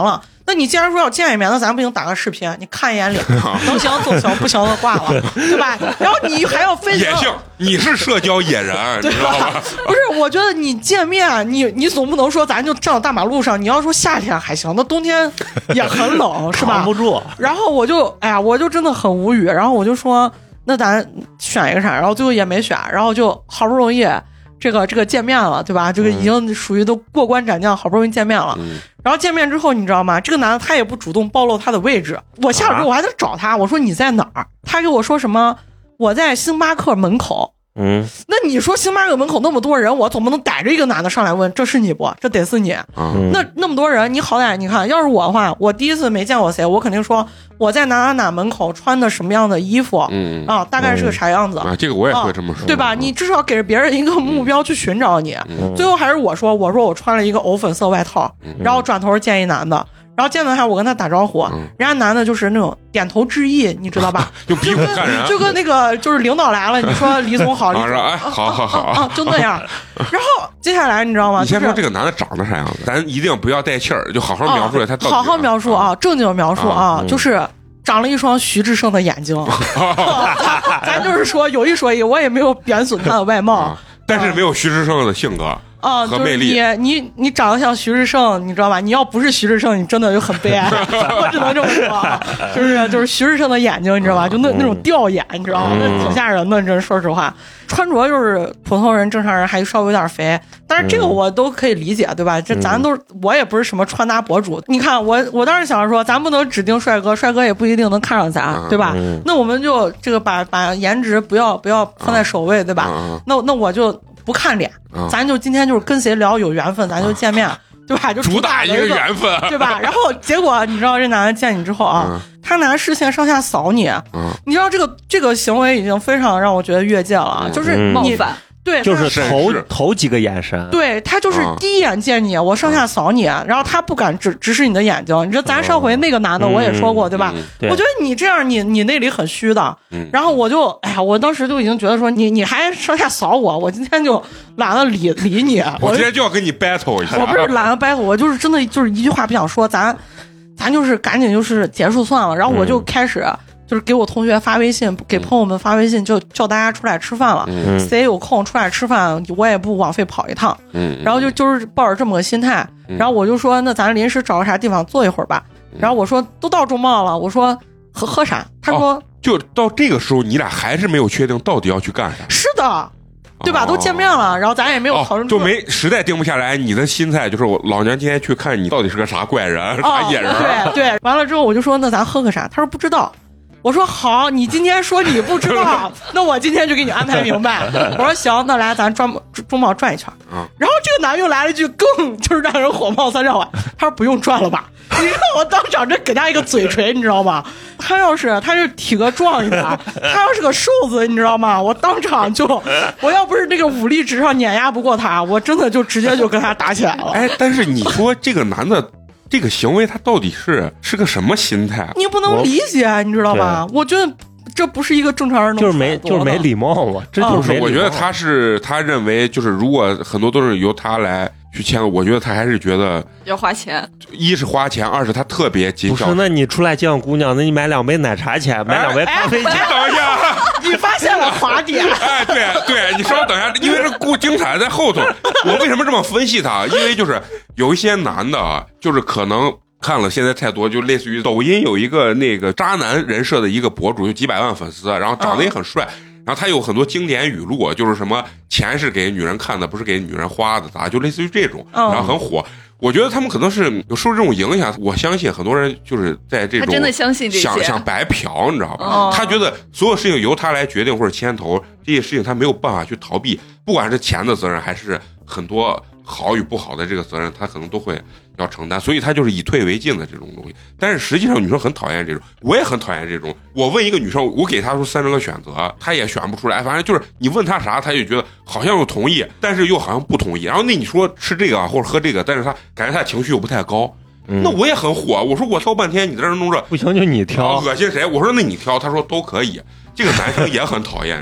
那你既然说要见一面，那咱不行打个视频，你看一眼脸，能行就行，不行的挂了，对吧？然后你还要分也行，你是社交野人， 对吧？不是，我觉得你见面，你你总不能说咱就站到大马路上，你要说夏天还行，那冬天也很冷，是吧？ 扛不住。 然后我就哎呀，我就真的很无语，然后我就说那咱选一个啥，然后最后也没选，然后就好不容易。这个这个见面了，对吧？这个已经属于都过关斩将，好不容易见面了。嗯、然后见面之后，你知道吗？这个男的他也不主动暴露他的位置。我下楼我还得找他，我说你在哪儿？他给我说什么？我在星巴克门口。嗯，那你说星巴克门口那么多人，我总不能逮着一个男的上来问这是你不？这得是你。嗯、那那么多人，你好歹你看，要是我的话，我第一次没见过谁，我肯定说我在哪哪哪门口穿的什么样的衣服，嗯啊，大概是个啥样子、 嗯、啊？这个我也会这么说， 啊、对吧？你至少给别人一个目标去寻找你。嗯、最后还是我说，我说我穿了一个藕粉色外套，嗯、然后转头见一男的。然后见到他，我跟他打招呼，嗯、人家男的就是那种点头致意，你知道吧？ 就比武看人， 就跟那个就是领导来了，你说李总好，李总哎，好好好啊，就那样。然后接下来你知道吗？ 你先说这个男的长得啥样子，咱一定不要带气儿，就好好描述他到底。 好好描述啊，正经描述啊，就是长了一双徐志胜的眼睛。咱就是说有一说一，我也没有贬损他的外貌， 但是没有徐志胜的性格。 啊、哦，就是你你你长得像徐志胜，你知道吧？你要不是徐志胜，你真的就很悲哀。我只能这么说，就是就是徐志胜的眼睛，你知道吧？就那那种吊眼，你知道吗？那挺吓人的。真说实话，穿着就是普通人、正常人，还稍微有点肥，但是这个我都可以理解，对吧？这咱都我也不是什么穿搭博主。你看我我当时想说，咱不能指定帅哥，帅哥也不一定能看上咱，对吧？那我们就这个把把颜值不要不要放在首位，对吧？那那我就。不看脸，嗯、咱就今天就是跟谁聊有缘分，咱就见面，嗯、对吧？就主打一个缘分， 对吧？然后结果你知道这男的见你之后啊，嗯、他拿视线上下扫你，嗯、你知道这个这个行为已经非常让我觉得越界了，嗯、就是你。 冒犯对， 就是头头几个眼神， 对他就是第一眼见你，嗯、我上下扫你，然后他不敢直直视你的眼睛。你说咱上回那个男的我也说过，嗯、对吧？ 嗯、对我觉得你这样你你那里很虚的。嗯、然后我就哎呀，我当时就已经觉得说你你还上下扫我，我今天就懒得理理你。 我今天就要跟你 battle 一下。 我不是懒得 battle，我就是真的就是一句话不想说，咱咱就是赶紧就是结束算了。然后我就开始。嗯就是给我同学发微信，给朋友们发微信，就叫大家出来吃饭了。嗯、谁有空出来吃饭，我也不枉费跑一趟。嗯、然后就就是抱着这么个心态，嗯、然后我就说，那咱临时找个啥地方坐一会儿吧。嗯、然后我说都到周末了，我说喝喝啥？他说、哦、 就到这个时候，你俩还是没有确定到底要去干啥。 是的。对吧？都见面了，然后咱也没有讨论、 哦，就没实在定不下来。你的心态就是我老娘今天去看你到底是个啥怪人，哦、啥野人。 对对，完了之后我就说那咱喝个啥？他说不知道。我说好，你今天说你不知道，那我今天就给你安排明白。我说行，那来咱转中贸转一圈。嗯、然后这个男又来了一句更就是让人火冒三丈啊，他说不用转了吧？你让我当场这给他一个嘴锤，你知道吗？他要是他是体格壮一点，他要是个瘦子，你知道吗？我当场就我要不是这个武力值上碾压不过他，我真的就直接就跟他打起来了。 哎，但是你说这个男的。这个行为他到底是是个什么心态？ 你不能理解，你知道吧？我觉得这不是一个正常人能就是没就是没礼貌嘛，这就是没礼貌。 我觉得他是他认为就是如果很多都是由他来去签，我觉得他还是觉得要花钱。 一是花钱，二是他特别谨小。 不是，那你出来见姑娘，那你买两杯奶茶钱，买两杯咖啡钱。 你等一下， 你发现了滑点。 哎，对对，你稍微等一下，因为这故精彩在后头。我为什么这么分析他？因为就是有一些男的啊，就是可能。看了现在太多，就类似于抖音有一个那个渣男人设的一个博主，有几百万粉丝，然后长得也很帅，嗯、然后他有很多经典语录，就是什么钱是给女人看的，不是给女人花的，咋就类似于这种， 嗯、 然后很火。我觉得他们可能是有受这种影响，我相信很多人就是在这种他真的相信这些想想白嫖，你知道吧？ 哦、 他觉得所有事情由他来决定或者牵头，这些事情他没有办法去逃避，不管是钱的责任还是很多好与不好的这个责任，他可能都会要承担，所以他就是以退为进的这种东西。但是实际上女生很讨厌这种，我也很讨厌这种。我问一个女生，我给她说三十个选择，她也选不出来，反正就是你问她啥，她就觉得好像又同意，但是又好像不同意。然后那你说吃这个或者喝这个，但是她感觉她情绪又不太高。嗯、那我也很火，我说我挑半天，你在这弄这不行就你挑， 恶心谁？我说那你挑，他说都可以。这个男生也很讨厌，你知道吧？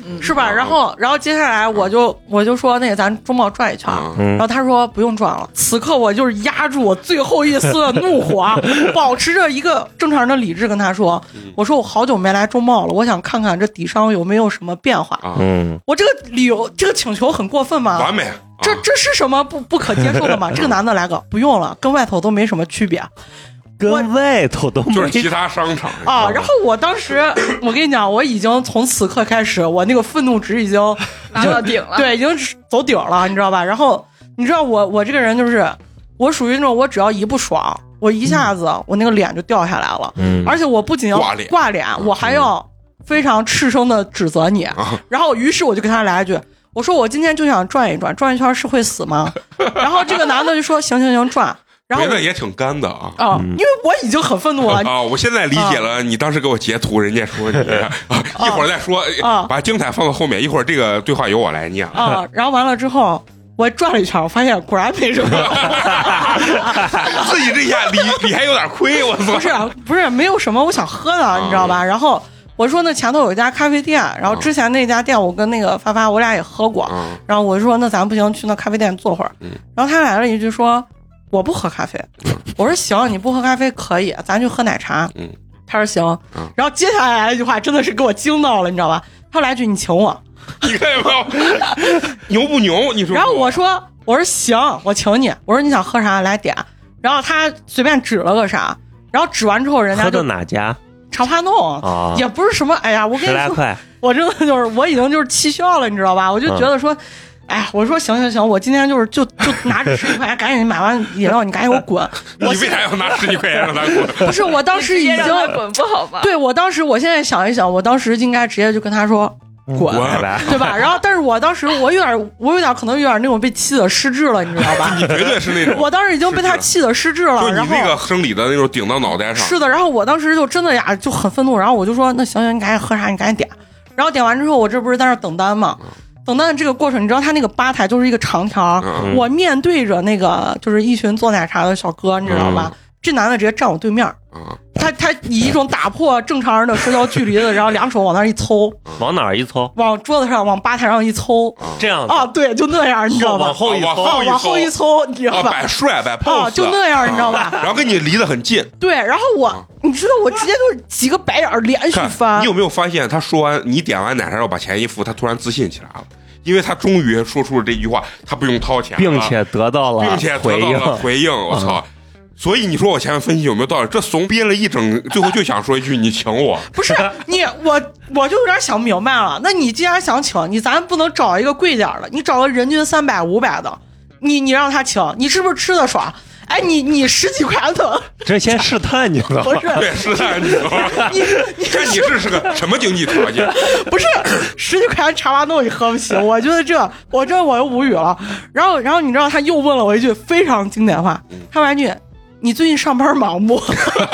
是吧？然后然后接下来我就我就说那个咱中贸转一圈，然后他说不用转了。此刻我就是压住我最后一丝的怒火，保持着一个正常人的理智跟他说，我说我好久没来中贸了，我想看看这底商有没有什么变化。嗯，我这个理由这个请求很过分吗？ 完美。 这这是什么不不可接受的吗？这个男的来个不用了，跟外头都没什么区别。 跟外头都就是其他商场啊，然后我当时，我跟你讲，我已经从此刻开始，我那个愤怒值已经拿到顶了， 对，已经走顶了，你知道吧？然后你知道我我这个人就是，我属于那种我只要一不爽，我一下子、嗯、我那个脸就掉下来了，嗯，而且我不仅要挂脸， 挂脸，我还要非常赤声的指责你，嗯、然后于是我就跟他来一句。我说我今天就想转一转，转一圈是会死吗？然后这个男的就说行行行转。然后觉得也挺干的啊啊、嗯，因为我已经很愤怒了啊！我现在理解了，你当时给我截图，人家说你、啊、一会儿再说啊，把精彩放到后面，一会儿这个对话由我来念啊。然后完了之后，我转了一圈，我发现果然没什么， 自己这下理理还有点亏，我操！ 不是不是没有什么，我想喝的，你知道吧？然后我说那前头有一家咖啡店，然后之前那家店我跟那个发发我俩也喝过，然后我就说那咱不行，去那咖啡店坐会儿。然后他来了一句说。我不喝咖啡，我说行，你不喝咖啡可以，咱去喝奶茶。嗯，他说行，然后接下来来一句话真的是给我惊到了，你知道吧？他来句你请我， 你看有没有牛不牛？你说。 然后我说我说行，我请你。我说你想喝啥来点。然后他随便指了个啥，然后指完之后人家就喝的哪家？ 长发弄、哦、也不是什么，哎呀，我跟你说，我真的就是我已经就是气笑了，你知道吧？我就觉得说。嗯哎，我说行行行，我今天就是就就拿着十几块钱，赶紧买完饮料，你赶紧给我滚！ 你为啥要拿十几块钱让他滚？ 不是，我当时已经滚不好吧？ 对，我当时，我现在想一想，我当时应该直接就跟他说滚，对吧？然后，但是我当时我有点，我有点可能有点那种被气的失智了，你知道吧？ 你绝对是那种， 我当时已经被他气的失智了， 就你那个生理的那种顶到脑袋上。 是的，然后我当时就真的呀就很愤怒，然后我就说那行行，你赶紧喝啥，你赶紧点。然后点完之后，我这不是在那等单吗？等待的这个过程，你知道他那个吧台就是一个长条，嗯、我面对着那个就是一群做奶茶的小哥，你知道吧？嗯、这男的直接站我对面，嗯、他他以一种打破正常人的社交距离的，然后两手往那一抽， 往哪儿一抽？ 往桌子上，往吧台上一抽， 这样啊，对，就那样，你知道吧？ 往后一抽， 啊、 往后一抽，你知道吧？ 摆帅摆 pose，、 啊、就那样，你知道吧？ 然后跟你离得很近， 对，然后我。啊你知道我直接就是几个白眼连续翻。 你有没有发现，他说完你点完奶茶要把钱一付，他突然自信起来了，因为他终于说出了这句话，他不用掏钱， 并且得到了， 并且得到了回应。我操！嗯、所以你说我前面分析有没有道理？这怂憋了一整，最后就想说一句：“你请我。” 不是你，我我就有点想明白了。那你既然想请，你咱不能找一个贵点的，你找个人均三百、五百的，你你让他请，你是不是吃的爽？哎，你你十几块的， 这先试探你了， 不是？ 对，试探你了。你你看你这是个什么经济条件？ 不是十几块钱茶花豆你喝不起，我觉得这我这我又无语了。然后然后你知道他又问了我一句非常经典话，他问一句：“你最近上班忙不？”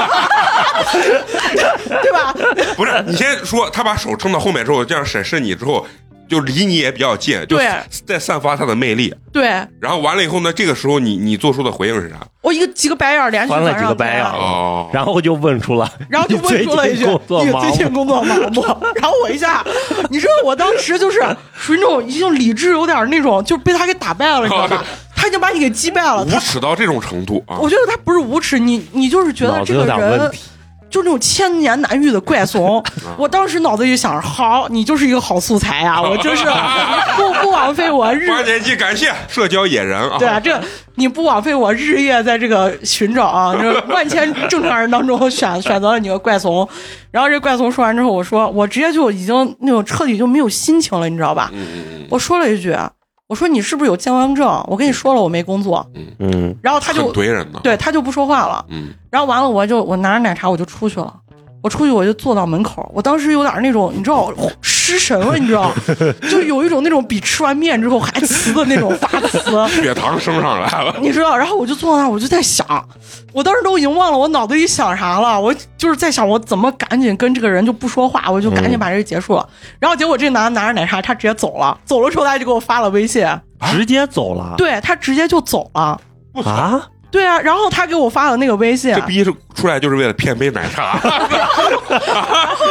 对吧？ 不是，你先说，他把手撑到后面之后，这样审视你之后。就离你也比较近，就在散发他的魅力。 对， 然后完了以后呢，这个时候你你做出的回应是啥？ 我一个几个白眼连续翻了几个白眼， 哦， 然后就问出了， 然后就问出了一句：“你最近工作忙不？”然后我一下，你知道我当时就是属于那种已经理智有点那种，就被他给打败了，你知道吧？他已经把你给击败了， 无耻到这种程度啊！ 我觉得他不是无耻，你你就是觉得这个人。就那种千年难遇的怪怂，我当时脑子里想，好，你就是一个好素材啊！我真是不不枉费我日。 八年级感谢社交野人啊！ 对啊，这你不枉费我日夜在这个寻找啊，这万千正常人当中选选择了你个怪怂。然后这怪怂说完之后，我说我直接就已经那种彻底就没有心情了，你知道吧？我说了一句。我说你是不是有健忘症？我跟你说了，我没工作。嗯，然后他就怼人呢， 对，他就不说话了。嗯，然后完了，我就我拿着奶茶我就出去了。我出去我就坐到门口，我当时有点那种你知道失神了，你知道，就有一种那种比吃完面之后还呲的那种发呲， 血糖升上来了， 你知道。然后我就坐那儿，我就在想，我当时都已经忘了我脑子里想啥了，我就是在想我怎么赶紧跟这个人就不说话，我就赶紧把这个结束了。嗯、然后结果这男的拿着奶茶，他直接走了，走了之后他就给我发了微信， 直接走了， 对他直接就走了啊。 对啊，然后他给我发了那个微信， 这逼是出来就是为了骗杯奶茶。 然后你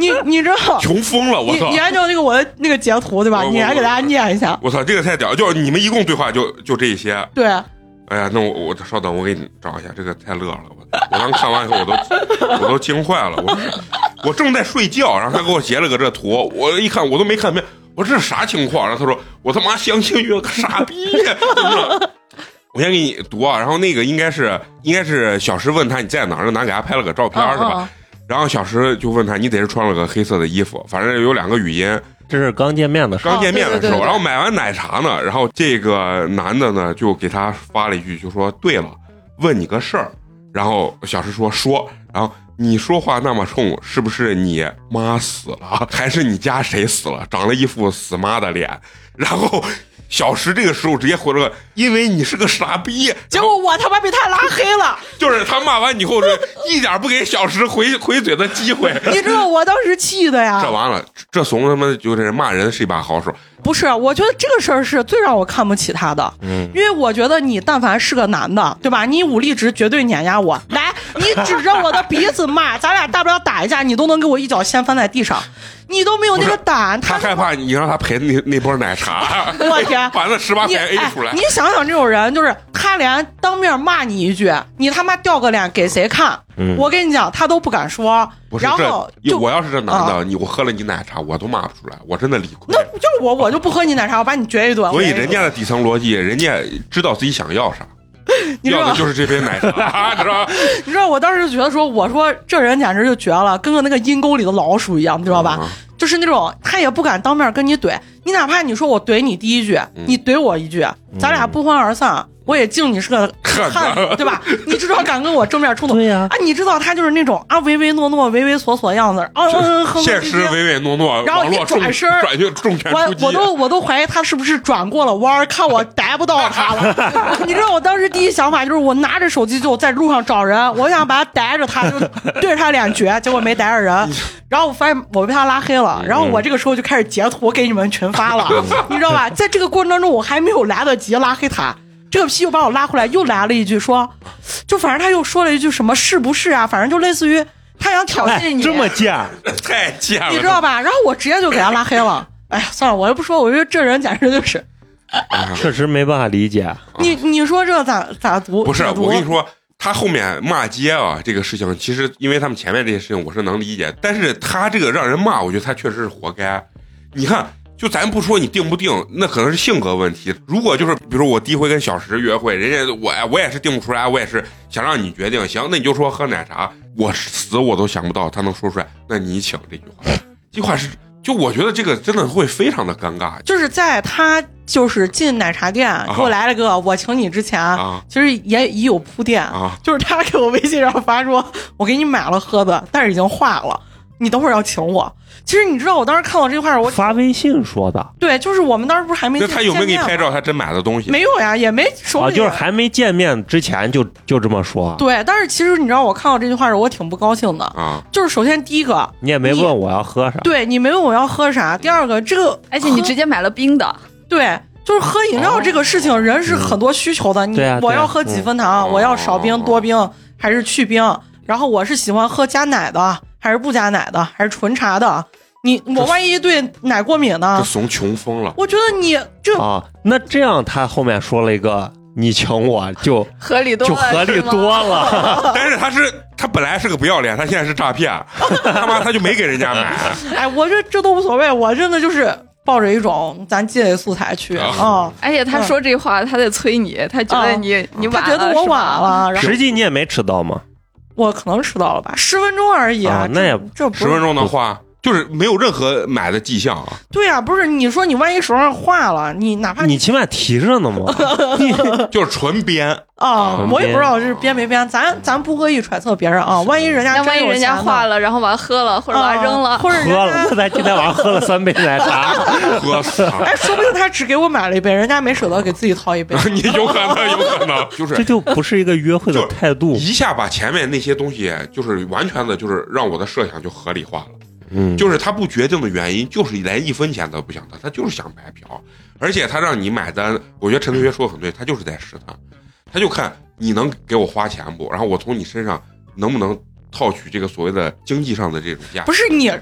你你知道穷疯了，我操！ 你按照那个我的那个截图对吧？你来给大家念一下。 我操，这个太屌！就你们一共对话就就这些。 对。 哎呀，那我我稍等，我给你找一下，这个太乐了，我我刚看完以后我都我都惊坏了，我我正在睡觉，然后他给我截了个这图，我一看我都没看明白，我说这是啥情况？然后他说我他妈相亲约个傻逼，我先给你读啊，然后那个应该是应该是小石问他你在哪儿，咱给他拍了个照片、哦、是吧、哦？然后小石就问他你得是穿了个黑色的衣服，反正有两个语音。 这是刚见面的时候， 刚见面的时候，然后买完奶茶呢，然后这个男的呢就给他发了一句，就说对了，问你个事儿。然后小石说说，然后你说话那么冲，是不是你妈死了，还是你家谁死了？长了一副死妈的脸。然后小石这个时候直接回了个，因为你是个傻逼。 结果我他妈被他拉黑了。 就是他骂完以后是一点不给小石回回嘴的机会。 你知道我当时气的呀。 这完了，这怂他妈就是骂人是一把好手。 不是，我觉得这个事儿是最让我看不起他的。嗯，因为我觉得你但凡是个男的，对吧？你武力值绝对碾压我。来，你指着我的鼻子骂，咱俩大不了打一架，你都能给我一脚掀翻在地上。你都没有那个胆， 他害怕你让他赔那那波奶茶。 我天， 把那十八块 A 出来、 哎。你想想这种人，就是他连当面骂你一句，你他妈掉个脸给谁看？嗯、我跟你讲，他都不敢说。 不是然后就我要是这男的，啊、你我喝了你奶茶，我都骂不出来，我真的理亏。 那就是我，我就不喝你奶茶，我把你撅一顿。 所以人家的底层逻辑，人家知道自己想要啥。要的就是这杯奶茶，知道吧？ 你知道我当时就觉得说，我说这人简直就绝了，跟个那个阴沟里的老鼠一样，你知道吧？嗯、就是那种他也不敢当面跟你怼，你哪怕你说我怼你第一句，嗯、你怼我一句，咱俩不欢而散。我也敬你是个汉子，对吧？你至少敢跟我正面冲突。 对呀、 啊，你知道他就是那种啊唯唯诺诺、唯唯索索的样子啊， 现实唯唯诺诺， 然后一转身转就重拳出击。 我我都我都怀疑他是不是转过了弯，看我逮不到他了。你知道我当时第一想法就是我拿着手机就在路上找人，我想把他逮着他，就对着他脸撅，结果没逮着人。然后我发现我被他拉黑了，然后我这个时候就开始截图给你们群发了，你知道吧？在这个过程当中，我还没有来得及拉黑他。这个屁又把我拉回来，又来了一句说，就反正他又说了一句什么是不是啊？反正就类似于他想挑衅你， 哎、这么贱， 太贱了， 你知道吧？然后我直接就给他拉黑了。哎呀，算了，我又不说，我觉得这人简直就是， 确实没办法理解。 你你说这咋咋读？ 不是，我跟你说，他后面骂街啊，这个事情其实因为他们前面这些事情我是能理解，但是他这个让人骂，我觉得他确实是活该。你看。就咱不说你定不定，那可能是性格问题。如果就是比如说我第一回跟小石约会，人家我我也是定不出来，我也是想让你决定，行，那你就说喝奶茶，我死我都想不到他能说出来，那你请这句话，这句话是就我觉得这个真的会非常的尴尬。 就是在他就是进奶茶店、啊、给我来了个我请你之前，啊、其实也已有铺垫，啊、就是他给我微信上发说，我给你买了喝的，但是已经化了，你等会儿要请我。其实你知道我当时看到这句话我发微信说的， 对，就是我们当时不是还没见面， 那他有没有给你拍照他真买的东西？ 没有呀，也没手里、 啊、就是还没见面之前就就这么说。 对，但是其实你知道我看到这句话时我挺不高兴的啊。就是首先第一个， 你也没问我要喝啥， 对你没问我要喝啥。第二个，这个而且你直接买了冰的， 对。就是喝饮料这个事情，哦、人是很多需求的。嗯、你、啊、我要喝几分糖，嗯、我要少冰、多冰还是去冰？然后我是喜欢喝加奶的，还是不加奶的，还是纯茶的？你我万一对奶过敏呢？ 这怂穷疯了！ 我觉得你这啊，那这样他后面说了一个你请我就合理多了， 就合理多了。 但是他是他本来是个不要脸，他现在是诈骗，他妈他就没给人家买。 哎，我这这都无所谓，我真的就是抱着一种咱积累素材去啊、哦。 而且他说这话，他在催你，他觉得你、嗯、你晚了， 他觉得我晚了。 实际你也没迟到吗？ 我可能迟到了吧，十分钟而已啊。 啊那也这不十分钟的话。就是没有任何买的迹象啊！ 对呀、啊，不是你说你万一手上化了，你哪怕你, 你起码提着呢嘛， 就是纯编啊！我也不知道是编没编，咱咱不恶意揣测别人啊。万一人家万一人家化了，然后把它喝了，或者把它扔了， 啊、或者喝了，咱今天晚上喝了三杯奶茶， 喝死！ 哎，说不定他只给我买了一杯，人家没舍得给自己掏一杯。 你有可能，有可能，就是这就不是一个约会的态度， 一下把前面那些东西，就是完全的，就是让我的设想就合理化了。 嗯， 就是他不决定的原因，就是连一分钱都不想得，他就是想白嫖，而且他让你买单，我觉得陈同学说的很对，他就是在试探，他就看你能给我花钱不，然后我从你身上能不能套取这个所谓的经济上的这种价值。 不是你试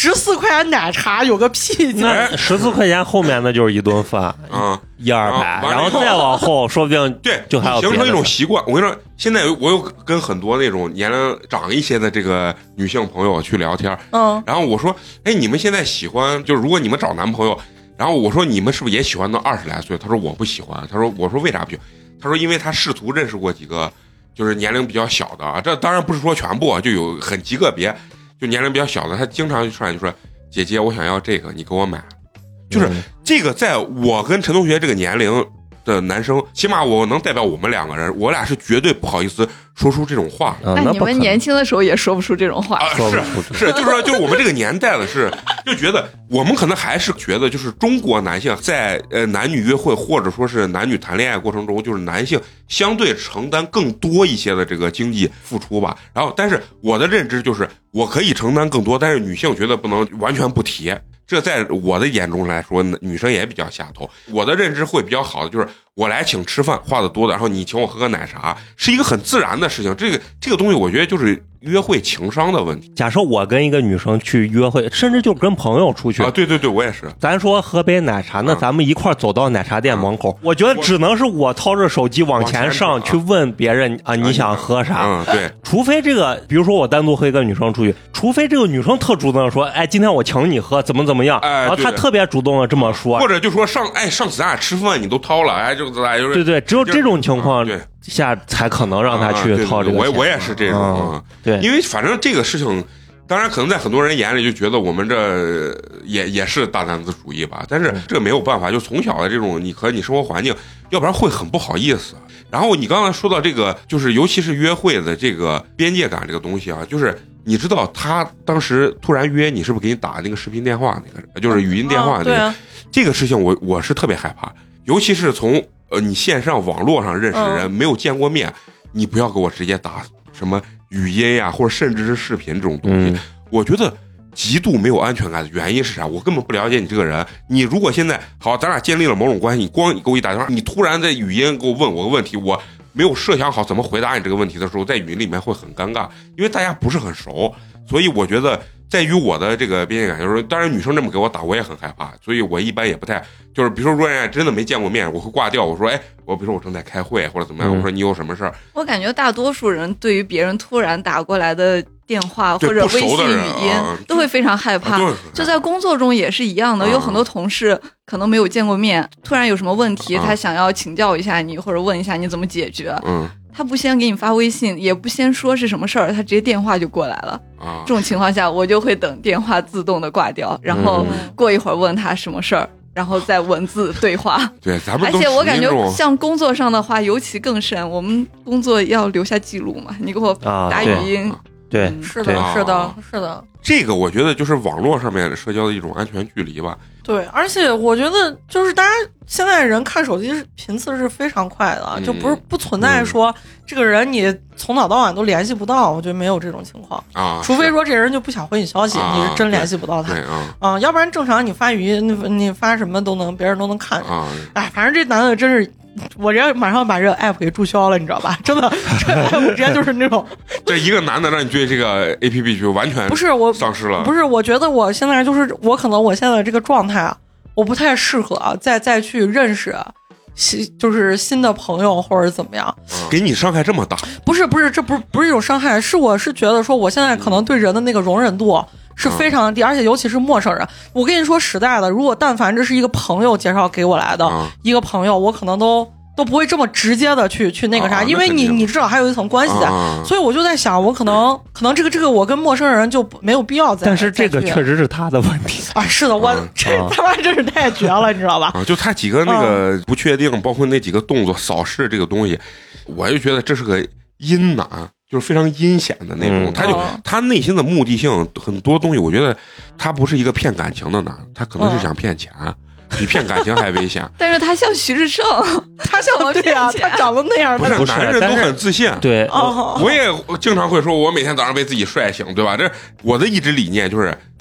十四块钱奶茶有个屁劲！ 那十四块钱后面那就是一顿饭， 嗯， 一二百，然后再往后，说不定对， 就还要形成一种习惯。我跟你说，现在我有跟很多那种年龄长一些的这个女性朋友去聊天，嗯，然后我说，哎，你们现在喜欢，就是如果你们找男朋友，然后我说你们是不是也喜欢到二十来岁？他说我不喜欢。他说我说为啥不喜欢？他说因为他试图认识过几个就是年龄比较小的啊，这当然不是说全部，就有很极个别，就年龄比较小的，他经常就上来就说姐姐我想要这个，你给我买。就是这个，在我跟陈同学这个年龄的男生，起码我能代表我们两个人，我俩是绝对不好意思说出这种话。 那你们年轻的时候也说不出这种话啊？是是，就是说，就是我们这个年代的是，就觉得我们可能还是觉得，就是中国男性在呃男女约会或者说是男女谈恋爱过程中，就是男性相对承担更多一些的这个经济付出吧。然后，但是我的认知就是，我可以承担更多，但是女性觉得不能完全不提。这在我的眼中来说，女生也比较下头。我的认知会比较好的就是，我来请吃饭，花的多的，然后你请我喝个奶茶，是一个很自然的事情。这个这个东西，我觉得就是约会情商的问题。 假设我跟一个女生去约会，甚至就跟朋友出去啊，对对对，我也是。 咱说喝杯奶茶，那咱们一块走到奶茶店门口，啊、我觉得只能是我掏着手机往前上去问别人啊，你想喝啥？ 嗯，对。 除非这个，比如说我单独和一个女生出去，除非这个女生特主动的说，哎，今天我请你喝，怎么怎么样， 哎、 然后她特别主动的这么说， 或者就说上，哎，上次咱俩吃饭你都掏了，哎，就咱就是对对，只有这种情况。 对。 下才可能让他去掏这个钱、啊、 对对对我我也是这种、 嗯、对， 因为反正这个事情当然可能在很多人眼里就觉得我们这也也是大男子主义吧，但是这个没有办法，就从小的这种你和你生活环境，要不然会很不好意思。然后你刚才说到这个，就是尤其是约会的这个边界感这个东西啊，就是你知道他当时突然约你，是不是给你打那个视频电话那个，就是语音电话那个、 啊啊、 这个事情我我是特别害怕，尤其是从呃你线上网络上认识的人、嗯、没有见过面，你不要给我直接打什么语音呀、啊，或者甚至是视频这种东西、嗯、我觉得极度没有安全感的原因是啥？我根本不了解你这个人。你如果现在好，咱俩建立了某种关系，你光你给我一打电话，你突然在语音给我问我个问题，我没有设想好怎么回答你这个问题的时候，在语音里面会很尴尬，因为大家不是很熟。所以我觉得在于我的这个边界感，就是当然女生这么给我打，我也很害怕，所以我一般也不太就是，比如说如果人家真的没见过面，我会挂掉，我说哎，我比如说我正在开会或者怎么样，我说你有什么事儿？ 我感觉大多数人对于别人突然打过来的电话或者微信语音、啊、都会非常害怕、啊、就在工作中也是一样的、啊、有很多同事可能没有见过面，突然有什么问题、啊、他想要请教一下你或者问一下你怎么解决，嗯，他不先给你发微信，也不先说是什么事儿，他直接电话就过来了、啊、这种情况下我就会等电话自动的挂掉，然后过一会儿问他什么事儿，然后再文字对话。 对，咱们而且我感觉像工作上的话尤其更甚，我们工作要留下记录嘛，你给我打语音、 啊对， 嗯、是的，是的，是的。 这个我觉得就是网络上面社交的一种安全距离吧。 对，而且我觉得就是大家现在人看手机频次是非常快的，嗯、就不是不存在说、嗯、这个人你从早到晚都联系不到，我觉得没有这种情况啊。 除非说这人就不想回你消息，啊、你是真联系不到他啊、 嗯，要不然正常你发语音，你发什么都能，别人都能看着。 啊、 哎，反正这男的真是。我这马上把这个 app 给注销了，你知道吧？真的，这 app 直接就是那种， 这一个男的让你对这个 A P P 就完全不是我丧失了。 不是，我觉得我现在就是我可能我现在这个状态啊，我不太适合、啊、再再去认识新就是新的朋友或者怎么样。 嗯、给你伤害这么大？ 不是不是，这不是不是一种伤害，是我是觉得说我现在可能对人的那个容忍度。是非常低，而且尤其是陌生人。我跟你说实在的，如果但凡这是一个朋友介绍给我来的、嗯、一个朋友，我可能都都不会这么直接的去去那个啥，啊、因为你你至少还有一层关系在、啊，所以我就在想，我可能可能这个这个我跟陌生人就没有必要再。 但是这个确实是他的问题啊！是的，我、啊、这他妈真是太绝了，你知道吧？ 啊，就他几个那个不确定，嗯、包括那几个动作扫视这个东西，我就觉得这是个阴囊。就是非常阴险的那种，嗯、他就、哦、他内心的目的性很多东西，我觉得他不是一个骗感情的男，他可能是想骗钱，哦、比骗感情还危险。 但是他像徐志胜， 他像对啊，他长得那样， 不是男人都很自信。 对、 哦， 我也经常会说，我每天早上被自己帅醒，对吧？这我的一直理念就是，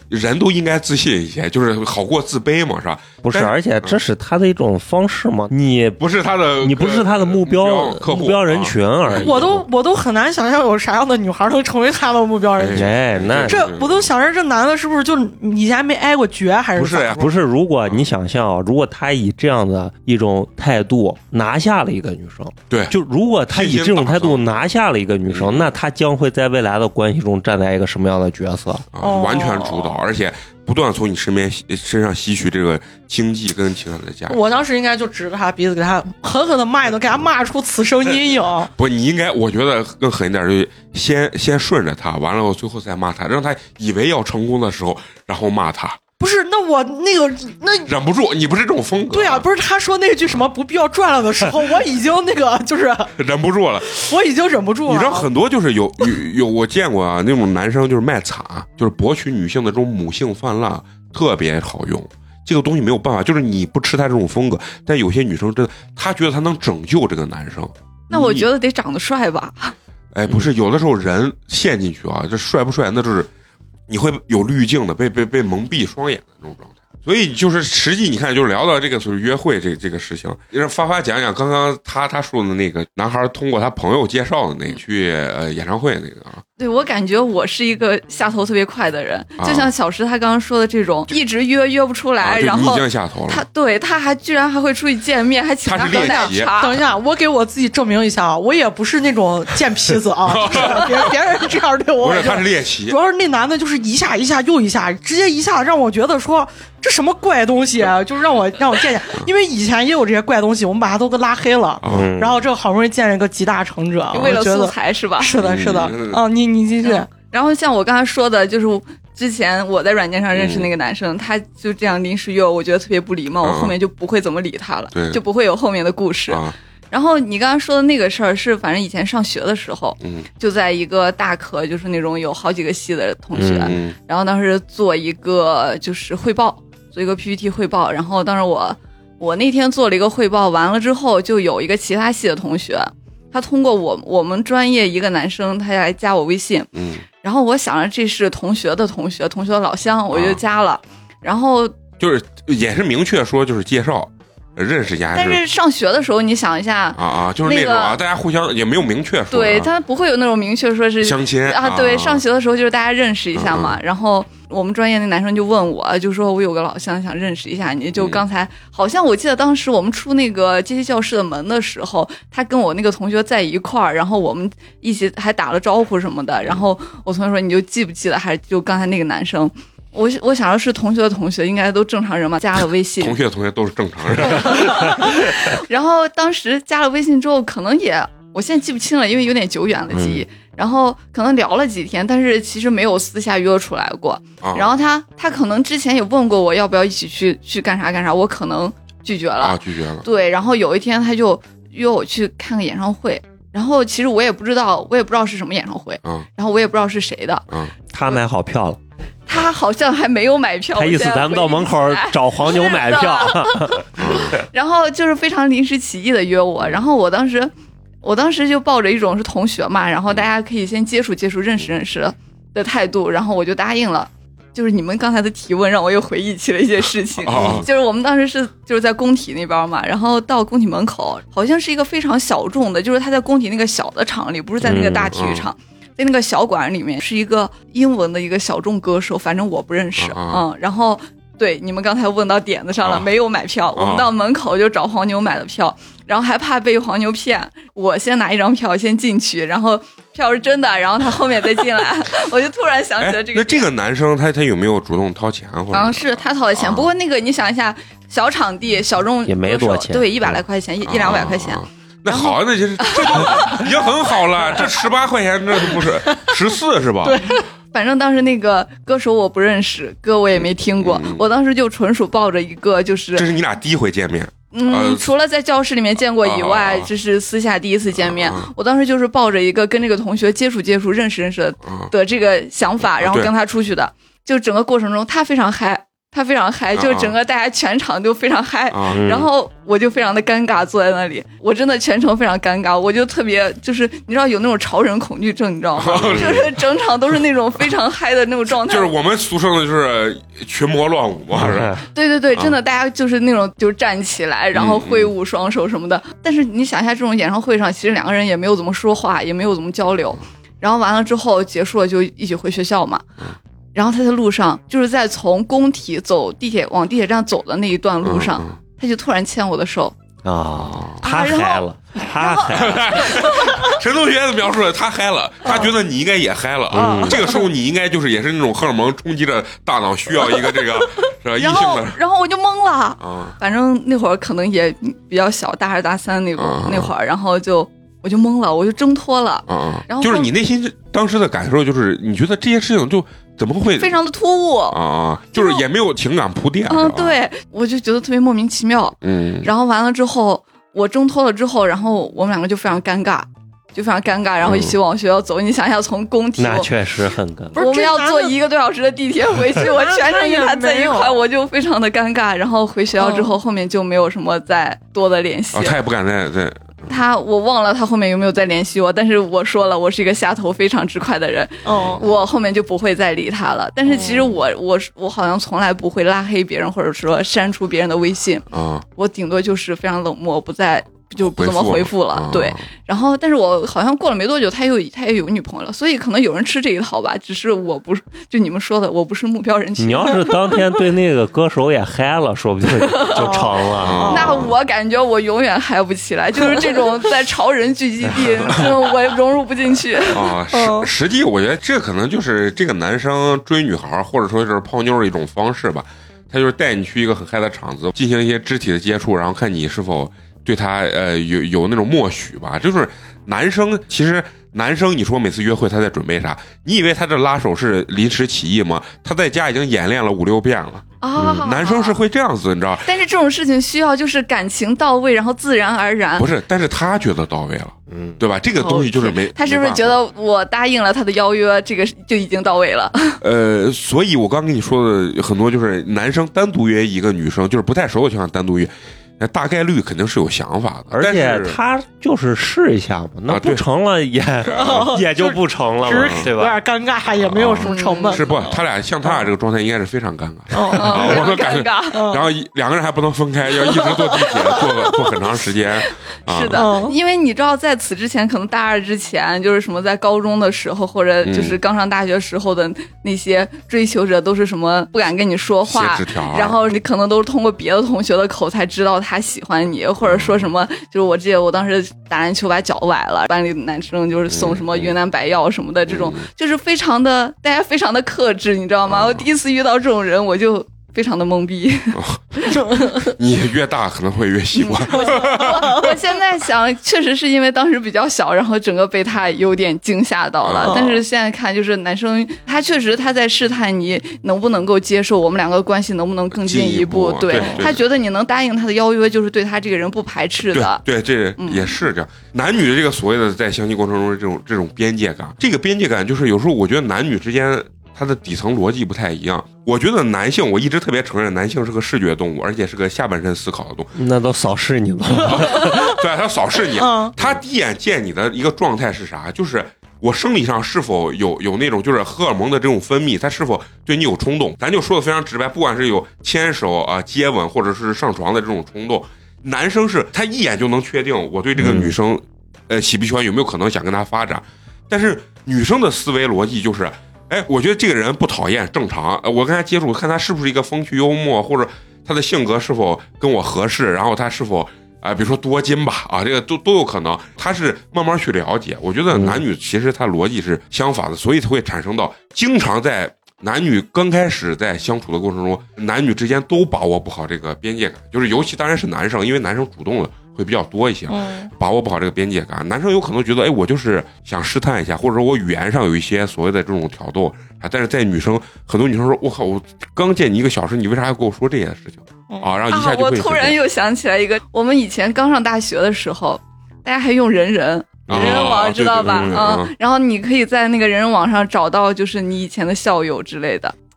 人都应该自信一些，就是好过自卑嘛，是吧？ 不是，而且这是他的一种方式嘛，你不是他的， 你不是他的目标客户目标人群而已。 我都我都很难想象有啥样的女孩能成为他的目标人群。 哎，那这我都想着这男的是不是就以前没挨过绝还是不是呀？ 不是，如果你想象，如果他以这样的一种态度拿下了一个女生， 对， 就如果他以这种态度拿下了一个女生，那他将会在未来的关系中站在一个什么样的角色？ 啊，完全主导，而且不断从你身边身上吸取这个经济跟情感的价值。 我当时应该就指着他鼻子给他狠狠的骂一顿，给他骂出此生阴影。 不，你应该，我觉得更狠一点，就是先先顺着他，完了我最后再骂他，让他以为要成功的时候，然后骂他。 不是，那我那个那忍不住，你不是这种风格。 对啊，不是他说那句什么不必要赚了的时候，我已经那个就是忍不住了， 我已经忍不住了。 你知道很多就是有有有我见过啊，那种男生就是卖惨，就是博取女性的这种母性泛滥，特别好用。这个东西没有办法，就是你不吃他这种风格，但有些女生真的，她觉得她能拯救这个男生。 那我觉得得长得帅吧？ 哎，不是，有的时候人陷进去啊，这帅不帅那就是。你会有滤镜的，被被被蒙蔽双眼的那种状态，所以就是实际你看，就是聊到这个就是约会这这个事情，让发发讲讲刚刚他他说的那个男孩通过他朋友介绍的那个去呃演唱会那个啊。 对，我感觉我是一个下头特别快的人，就像小石他刚刚说的这种，一直约约不出来， 啊、 然后已经下头了。 他对他还居然还会出去见面，还请他喝奶茶。 等一下，我给我自己证明一下啊，我也不是那种贱皮子啊，别别人这样对我。 不是，他是猎奇。 主要是那男的就是一下一下又一下，直接一下让我觉得说这什么怪东西啊，就是让我让我见见，因为以前也有这些怪东西，我们把他都给拉黑了，嗯、然后这好不容易见了一个集大成者， 为了素材是吧？ 是的，是的，嗯、啊，你你继续。嗯然后像我刚才说的，就是之前我在软件上认识那个男生，嗯、他就这样临时约我，我觉得特别不礼貌，嗯、我后面就不会怎么理他了，就不会有后面的故事。啊、然后你刚刚说的那个事儿是，反正以前上学的时候，嗯、就在一个大课，就是那种有好几个系的同学，嗯、然后当时做一个就是汇报，做一个 P P T 汇报，然后当时我我那天做了一个汇报，完了之后就有一个其他系的同学。他通过我我们专业一个男生，他来加我微信，嗯，然后我想着这是同学的同学，同学的老乡，我就加了，啊、然后就是也是明确说就是介绍认识一下， 但是上学的时候你想一下啊啊，就是那种啊，那个、大家互相也没有明确说、啊， 对他不会有那种明确说是相亲啊，对，上学的时候就是大家认识一下嘛，嗯、然后。我们专业那男生就问我，就说我有个老乡想认识一下你，就刚才、嗯、好像我记得当时我们出那个阶梯教室的门的时候，他跟我那个同学在一块儿，然后我们一起还打了招呼什么的，然后我同学说你就记不记得，还是就刚才那个男生，我我想要是同学的同学应该都正常人嘛，加了微信， 同学的同学都是正常人， 然后当时加了微信之后，可能也我现在记不清了，因为有点久远的记忆。嗯然后可能聊了几天，但是其实没有私下约出来过。啊、然后他他可能之前也问过我要不要一起去去干啥干啥，我可能拒绝了。 啊，拒绝了。 对，然后有一天他就约我去看个演唱会，然后其实我也不知道，我也不知道是什么演唱会，嗯、然后我也不知道是谁的。 嗯， 他买好票了。 他好像还没有买票。 他意思咱们到门口找黄牛买票。 然后就是非常临时起意的约我，然后我当时。我当时就抱着一种是同学嘛，然后大家可以先接触接触认识认识的态度，然后我就答应了。就是你们刚才的提问让我又回忆起了一些事情，哦、就是我们当时是就是在工体那边嘛，然后到工体门口好像是一个非常小众的，就是他在工体那个小的场里，不是在那个大体育场，嗯、在那个小馆里面是一个英文的一个小众歌手，反正我不认识，哦、嗯，然后对你们刚才问到点子上了，哦、没有买票，我们到门口就找黄牛买的票。然后还怕被黄牛骗，我先拿一张票先进去，然后票是真的，然后他后面再进来，我就突然想起了这个。 那这个男生他他有没有主动掏钱或者？ 啊，是他掏的钱，啊、不过那个你想一下，小场地小众也没多少钱， 对，一百来块钱，一一两百块钱。 那好，那就是这就已经很好了，这十八块钱这不是十四是吧？ 对。反正当时那个歌手我不认识，歌我也没听过，嗯、我当时就纯属抱着一个就是这是你俩第一回见面， 嗯，呃、除了在教室里面见过以外，这、啊、是私下第一次见面。啊、我当时就是抱着一个跟这个同学接触接触、认识认识的这个想法，啊、然后跟他出去的。就整个过程中，他非常嗨。 他非常嗨，就整个大家全场就非常嗨， 啊、 然后我就非常的尴尬坐在那里，我真的全程非常尴尬，我就特别就是你知道有那种潮人恐惧症，你知道吗？就是整场都是那种非常嗨的那种状态。 就是我们俗称的就是群魔乱舞嘛，是吧？ 对对对，真的，大家就是那种就站起来，然后挥舞双手什么的。嗯、但是你想一下，这种演唱会上，其实两个人也没有怎么说话，也没有怎么交流。然后完了之后结束了，就一起回学校嘛。然后他在路上，就是在从工体走地铁往地铁站走的那一段路上，嗯、他就突然牵我的手啊，他嗨了，他嗨了。 陈同学的描述了他嗨了，他觉得你应该也嗨了。嗯，这个时候你应该就是也是那种荷尔蒙冲击着大脑，需要一个这个是吧？异性的。 然后，然后我就懵了。啊，反正那会儿可能也比较小，大二大三那会儿、嗯、那会儿，然后就。我就懵了，我就挣脱了， 嗯， 然后就是你内心当时的感受，就是你觉得这些事情就怎么会非常的突兀啊，就是也没有情感铺垫， 嗯，对，我就觉得特别莫名其妙， 嗯， 然后完了之后，我挣脱了之后，然后我们两个就非常尴尬，就非常尴尬，然后一起往学校走。嗯、你想想，从工体那确实很尴尬， 我们要坐一个多小时的地铁回去，我全程跟他在一块，我就非常的尴尬。然后回学校之后，哦、后面就没有什么再多的联系， 哦，他也不敢再再。 他我忘了他后面有没有再联系我，但是我说了，我是一个下头非常直快的人， 哦， 我后面就不会再理他了。但是其实我我我好像从来不会拉黑别人，或者说删除别人的微信， 啊， 我顶多就是非常冷漠，不再就不怎么回复了， 啊、 对。然后，但是我好像过了没多久，他又他也有女朋友了，所以可能有人吃这一套吧。只是我不是，就你们说的，我不是目标人群。 你要是当天对那个歌手也嗨了，说不定就成了。 那我感觉我永远嗨不起来，就是这种在潮人聚集地，我融入不进去。 啊，实实际我觉得这可能就是这个男生追女孩或者说是泡妞的一种方式吧。他就是带你去一个很嗨的场子，进行一些肢体的接触，然后看你是否对他呃有有那种默许吧。就是男生其实男生你说每次约会他在准备啥？你以为他这拉手是临时起意吗？他在家已经演练了五六遍了啊、 嗯！男生是会这样子，你知道？ 但是这种事情需要就是感情到位，然后自然而然。 不是，但是他觉得到位了，嗯，对吧？这个东西就是没。 他是不是觉得我答应了他的邀约，这个就已经到位了？ 呃，所以我刚跟你说的很多就是男生单独约一个女生，就是不太熟的情况下单独约。那大概率肯定是有想法的， 而且他就是试一下嘛，那不成了也、啊、也就不成了嘛，对吧？ 有点尴尬，也没有什么成本。 啊、是不？他俩像他俩这个状态应该是非常尴尬， 哦啊、我说尴尬。 然后两个人还不能分开，要一直坐地铁，坐坐很长时间。啊、 是的，因为你知道，在此之前，可能大二之前，就是什么在高中的时候，或者就是刚上大学时候的那些追求者，都是什么不敢跟你说话，然后你可能都是通过别的同学的口才知道他喜欢你，或者说什么，就是我记得我当时打篮球把脚崴了，班里的男生就是送什么云南白药什么的，这种就是非常的大家非常的克制，你知道吗？我第一次遇到这种人，我就非常的懵逼。 你越大可能会越习惯。 我, 我现在想，确实是因为当时比较小，然后整个被他有点惊吓到了。但是现在看，就是男生他确实他在试探你能不能够接受我们两个关系能不能更进一步。 一步对, 对, 对， 他觉得你能答应他的邀约，就是对他这个人不排斥的。 对, 对这也是这样、嗯。男女的这个所谓的在相亲过程中的这种这种边界感，这个边界感就是有时候我觉得男女之间。它的底层逻辑不太一样。我觉得男性，我一直特别承认，男性是个视觉动物，而且是个下半身思考的动物。 那都扫视你了， 对，他扫视你。他第一眼见你的一个状态是啥？就是我生理上是否有有那种就是荷尔蒙的这种分泌，他是否对你有冲动？咱就说的非常直白，不管是有牵手啊、接吻，或者是上床的这种冲动，男生是他一眼就能确定我对这个女生，嗯、呃喜不喜欢，有没有可能想跟她发展。但是女生的思维逻辑就是。哎，我觉得这个人不讨厌，正常。我跟他接触，看他是不是一个风趣幽默，或者他的性格是否跟我合适，然后他是否啊、呃，比如说多金吧，啊，这个都都有可能。他是慢慢去了解。我觉得男女其实他逻辑是相反的，所以才会产生到经常在男女刚开始在相处的过程中，男女之间都把握不好这个边界感，就是尤其当然是男生，因为男生主动了。会比较多一些，把握不好这个边界感。男生有可能觉得，哎，我就是想试探一下，或者说我语言上有一些所谓的这种挑逗啊。但是在女生，很多女生说，我靠，我刚见你一个小时，你为啥要跟我说这些事情啊？然后一下就会、 啊。我突然又想起来一个，我们以前刚上大学的时候，大家还用人人。人人网知道吧？ 啊， 嗯，然后你可以在那个人人网上找到，就是你以前的校友之类的。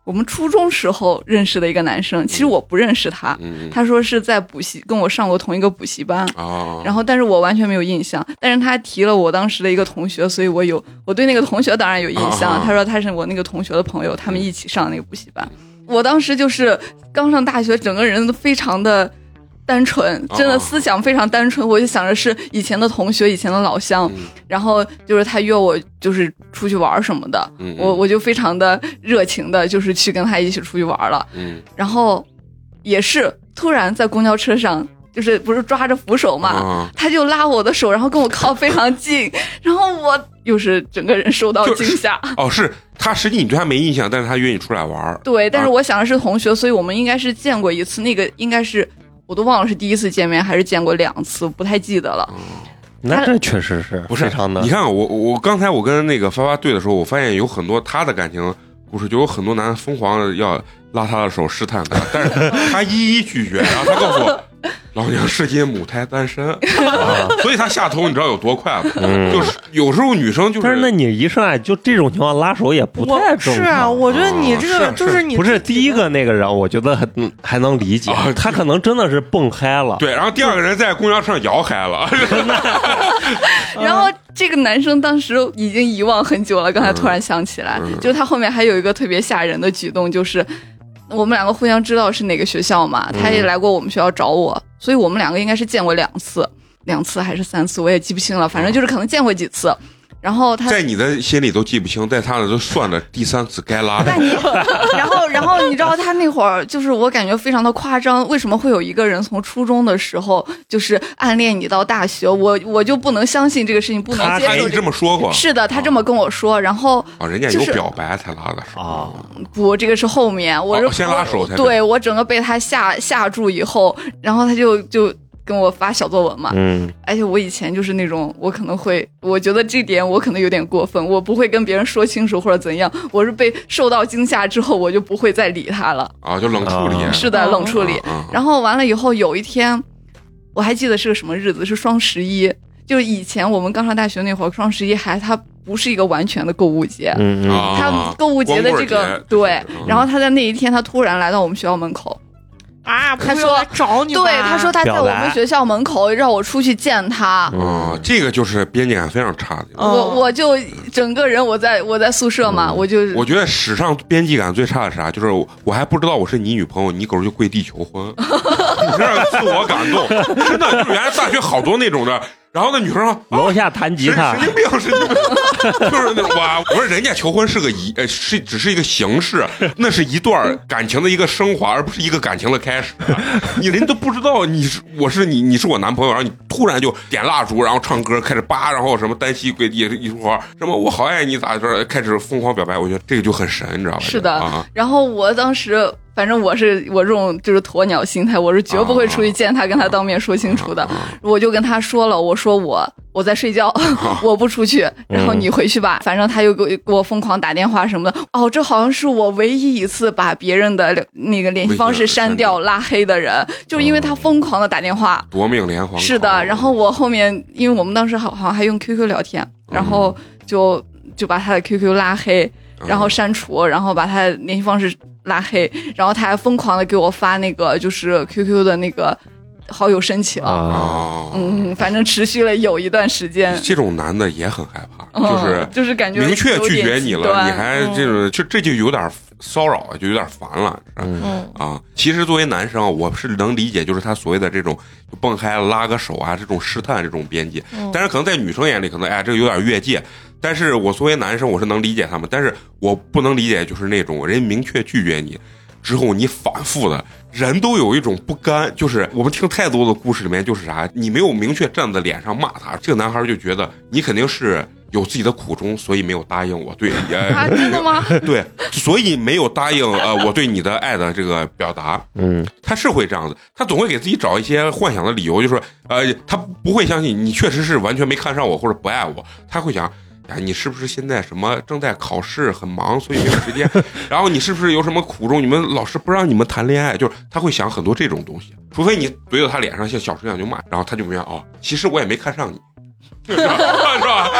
我们初中时候认识的一个男生，其实我不认识他， 嗯、 他说是在补习跟我上过同一个补习班， 哦、 然后但是我完全没有印象，但是他提了我当时的一个同学，所以我有我对那个同学当然有印象， 哦、 他说他是我那个同学的朋友，他们一起上那个补习班。我当时就是刚上大学，整个人都非常的单纯，真的思想非常单纯，我就想着是以前的同学，以前的老乡， 嗯、 然后就是他约我就是出去玩什么的， 嗯、 我我就非常的热情的，就是去跟他一起出去玩了， 嗯， 然后也是突然在公交车上。就是不是抓着扶手嘛、 啊， 他就拉我的手，然后跟我靠非常近，然后我又是整个人受到惊吓。 哦，是他实际你对他没印象，但是他约你出来玩。 对，但是我想的是同学，啊、所以我们应该是见过一次，那个应该是我都忘了是第一次见面还是见过两次，不太记得了。 嗯、 那这确实是不是非常的。 你看我我刚才我跟那个发发对的时候，我发现有很多他的感情故事，就有很多男的疯狂的要拉他的手试探他，但是他一一拒绝，然后他告诉我。老娘是今母胎单身，啊、所以他下头你知道有多快吗？嗯、就是有时候女生就是， 但是那你一上来就这种情况拉手也不太正常。 是啊，我觉得你这个就是你不是第一个那个人，我觉得还还能理解，啊、他可能真的是蹦嗨了。 对，然后第二个人在公交车上摇嗨了。 然后这个男生当时已经遗忘很久了，刚才突然想起来，嗯、就是他后面还有一个特别吓人的举动，就是。我们两个互相知道是哪个学校嘛，他也来过我们学校找我，嗯、所以我们两个应该是见过两次，两次还是三次，我也记不清了，反正就是可能见过几次。然后他在你的心里都记不清，在他那都算着第三次该拉的。 然后，然后你知道他那会儿就是我感觉非常的夸张，为什么会有一个人从初中的时候就是暗恋你到大学？我我就不能相信这个事情，不能接受、这个。 他这么说过？ 是的，他这么跟我说。然后啊、哦，人家有表白才拉的手啊、 哦？不，这个是后面，我是、 哦、先拉手才对我整个被他吓吓住以后，然后他就就。跟我发小作文嘛， 嗯， 而且我以前就是那种，我可能会，我觉得这点我可能有点过分，我不会跟别人说清楚或者怎样，我是被受到惊吓之后，我就不会再理他了啊，就冷处理， 啊、是的，冷处理。啊啊、然后完了以后，有一天我还记得是个什么日子，是双十一，就以前我们刚上大学那会儿，双十一还它不是一个完全的购物节， 嗯嗯， 他购物节的这个对，嗯、然后他在那一天他突然来到我们学校门口。 啊！ 他说找你， 对，他说他在我们学校门口让我出去见他。 哦、嗯，这个就是边界感非常差的。 我我就整个人我在我在宿舍嘛，嗯、我就我觉得史上边界感最差的是啥？就是我还不知道我是你女朋友，你狗就跪地求婚，你这样自我感动，真的就是原来大学好多那种的。然后那女生说楼下弹吉他， 神经病，神经病，就是那哇！我说人家求婚是个仪，呃，是只是一个形式，那是一段感情的一个升华，而不是一个感情的开始。你人都不知道你是我是你，你是我男朋友，然后你突然就点蜡烛，然后唱歌，开始扒，然后什么单膝跪地一会儿，什么我好爱你咋着，开始疯狂表白。我觉得这个就很神，你知道吧？ 是的。 啊、 然后我当时。反正我是我这种就是鸵鸟心态，我是绝不会出去见他，跟他当面说清楚的。我就跟他说了，我说我我在睡觉，我不出去，然后你回去吧。反正他又给我给我疯狂打电话什么的。哦，这好像是我唯一一次把别人的那个联系方式删掉、拉黑的人，就是因为他疯狂的打电话， 夺命连环。 是的，然后我后面因为我们当时好好像还用 Q Q 聊天，然后就就把他的 Q Q 拉黑，然后删除，然后把他的联系方式。拉黑，然后他还疯狂的给我发那个就是 Q Q 的那个好友申请， 哦、 嗯，反正持续了有一段时间。 这种男的也很害怕， 嗯、 就是就是感觉明确拒绝你了，你还这种， 嗯、 就这就有点骚扰，就有点烦了， 嗯啊。其实作为男生，我是能理解，就是他所谓的这种蹦嗨、拉个手啊，这种试探这种边界， 嗯、 但是可能在女生眼里，可能哎，这个有点越界。但是我作为男生，我是能理解他们，但是我不能理解，就是那种人明确拒绝你。之后你反复的，人都有一种不甘，就是我们听太多的故事里面就是啥，你没有明确站在脸上骂他，这个男孩就觉得你肯定是有自己的苦衷，所以没有答应我对你。 啊，真的吗？ 对，所以没有答应呃我对你的爱的这个表达。 嗯， 他是会这样子，他总会给自己找一些幻想的理由，就是说呃他不会相信你确实是完全没看上我或者不爱我，他会想。哎，你是不是现在什么正在考试很忙，所以没有时间？然后你是不是有什么苦衷？你们老师不让你们谈恋爱，就是他会想很多这种东西。除非你怼到他脸上，像小时一样就骂，然后他就明白哦，其实我也没看上你，是吧？是吧？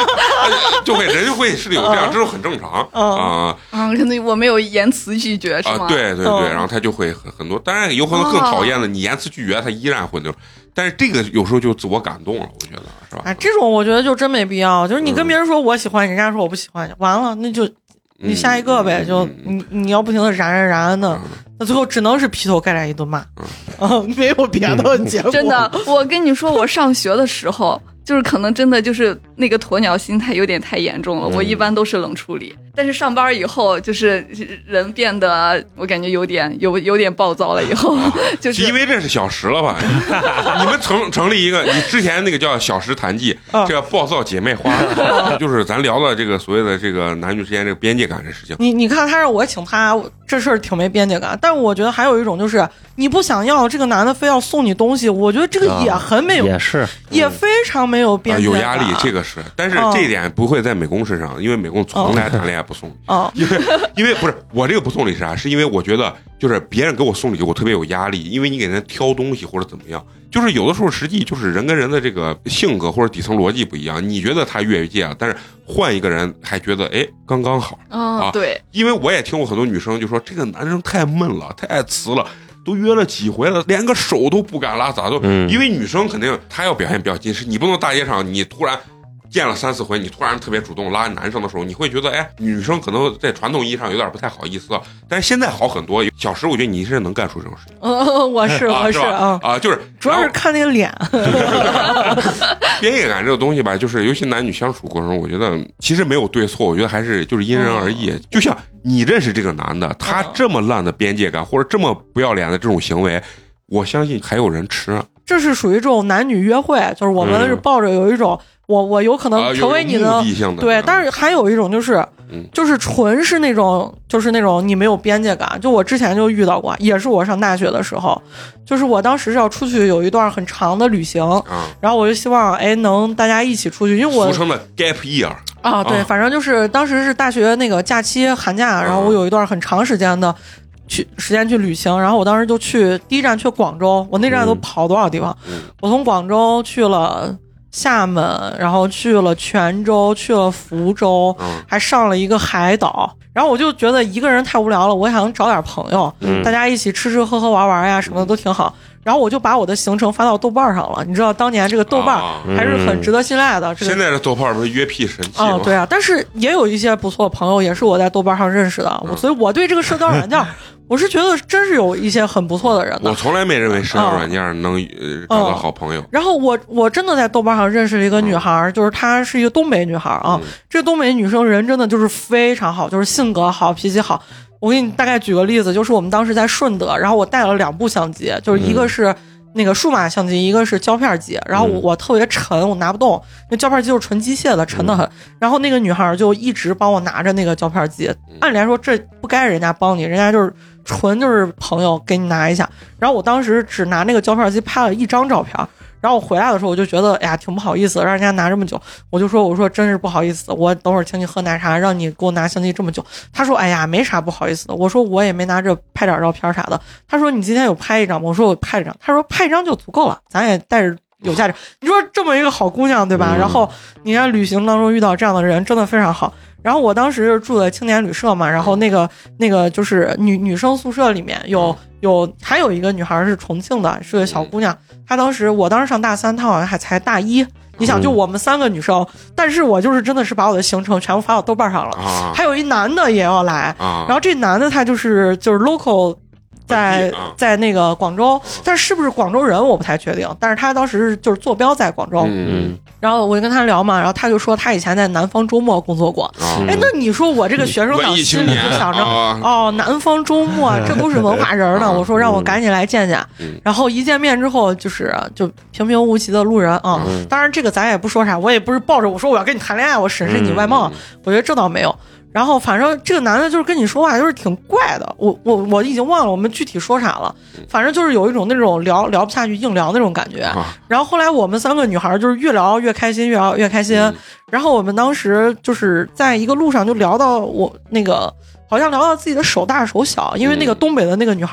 就会人就会是有这样，这是很正常啊啊，可能我没有言辞拒绝是吗？ 对对对，然后他就会很很多，当然有可能更讨厌的，你言辞拒绝他依然会那种。但是这个有时候就自我感动了，我觉得是吧？ 哎，这种我觉得就真没必要。就是你跟别人说我喜欢，人家说我不喜欢，完了那就你下一个呗。就你你要不停的燃燃燃的，那最后只能是劈头盖脸一顿骂，啊，没有别的结果。 真的，我跟你说，我上学的时候。就是可能真的就是那个鸵鸟心态有点太严重了，我一般都是冷处理。但是上班以后，就是人变得我感觉有点有有点暴躁了。以后就是因为这是小时了吧？你们成成立一个，你之前那个叫小时谈记，这个暴躁姐妹花，就是咱聊的这个所谓的这个男女之间这个边界感这事情。 你你看他让我请他，这事儿挺没边界感。但我觉得还有一种就是你不想要这个男的非要送你东西，我觉得这个也很没有， 也是也非常没有边界感。 有压力，这个是，但是这一点不会在美工身上，因为美工从来谈恋爱不送礼。 哦， 因为因为不是我这个不送礼是啥？是因为我觉得就是别人给我送礼，我特别有压力，因为你给人挑东西或者怎么样，就是有的时候实际就是人跟人的这个性格或者底层逻辑不一样，你觉得他越界了，但是换一个人还觉得哎刚刚好。 哦、啊，对， 因为我也听过很多女生就说这个男生太闷了，太瓷了。都约了几回了，连个手都不敢拉，咋都？嗯、因为女生肯定她要表现比较矜持，你不能大街上你突然见了三四回，你突然特别主动拉男生的时候，你会觉得哎，女生可能在传统意义上有点不太好意思，但是现在好很多。小时我觉得你是能干出这种事情。 呃，我是我是啊啊，就是主要是看那个脸。 边界感这个东西吧，就是尤其男女相处过程中，我觉得其实没有对错，我觉得还是就是因人而异。嗯、就像你认识这个男的，他这么烂的边界感或者这么不要脸的这种行为，我相信还有人吃。 这是属于这种男女约会，就是我们是抱着有一种、嗯、我我有可能成为你的、 啊、的对，但是还有一种就是、嗯、就是纯是那种就是那种你没有边界感。就我之前就遇到过，也是我上大学的时候，就是我当时是要出去有一段很长的旅行，嗯、然后我就希望哎能大家一起出去，因为我俗称的 gap year 啊，对，啊、反正就是当时是大学那个假期寒假，然后我有一段很长时间的。去时间去旅行，然后我当时就去第一站去广州，我那站都跑多少地方？嗯、我从广州去了厦门，然后去了泉州，去了福州，嗯、还上了一个海岛。然后我就觉得一个人太无聊了，我想找点朋友，嗯、大家一起吃吃喝喝玩玩呀，什么的都挺好。然后我就把我的行程发到豆瓣上了，你知道当年这个豆瓣还是很值得信赖的。啊这个、现在的豆瓣不是约屁神器吗？ 哦，对啊，但是也有一些不错的朋友，也是我在豆瓣上认识的，嗯、所以我对这个社交软件。我是觉得真是有一些很不错的人的。 我从来没认为社交软件能、嗯、找到好朋友。 嗯、然后我我真的在豆瓣上认识了一个女孩，嗯、就是她是一个东北女孩啊。嗯、这个东北女生人真的就是非常好，就是性格好，脾气好。我给你大概举个例子，就是我们当时在顺德，然后我带了两部相机，就是一个是那个数码相机，一个是胶片机。然后我我特别沉，我拿不动，那胶片机就是纯机械的，沉得很。然后那个女孩就一直帮我拿着那个胶片机，按理来说这不该人家帮你，人家就是纯就是朋友给你拿一下。然后我当时只拿那个胶片机拍了一张照片。然后我回来的时候我就觉得哎呀挺不好意思，让人家拿这么久。我就说我说真是不好意思，我等会儿请你喝奶茶，让你给我拿相机这么久。他说哎呀没啥不好意思的。我说我也没拿着拍点照片啥的。他说你今天有拍一张吗？我说我拍一张。他说拍一张就足够了，咱也带着有价值。你说这么一个好姑娘对吧？嗯、然后你在旅行当中遇到这样的人真的非常好。然后我当时住的青年旅社嘛，然后那个那个就是女女生宿舍里面有有还有一个女孩是重庆的，是个小姑娘。她当时我当时上大三，她好像还才大一。你想就我们三个女生，但是我就是真的是把我的行程全部发到豆瓣上了。啊、还有一男的也要来，啊、然后这男的他就是就是 local。在在那个广州，但是是不是广州人我不太确定，但是他当时就是坐标在广州，嗯，然后我就跟他聊嘛，然后他就说他以前在南方周末工作过，哎、嗯，那你说我这个学生党心里就想着，嗯、哦，南方周末这都是文化人呢，我说让我赶紧来见见，嗯、然后一见面之后就是就平平无奇的路人啊，嗯、当然这个咱也不说啥，我也不是抱着我说我要跟你谈恋爱，我审视你外貌，嗯、我觉得这倒没有。然后反正这个男的就是跟你说话就是挺怪的，我我我已经忘了我们具体说啥了，反正就是有一种那种聊聊不下去硬聊那种感觉。然后后来我们三个女孩就是越聊越开心，越聊越开心。然后我们当时就是在一个路上就聊到我那个好像聊到自己的手大手小，因为那个东北的那个女孩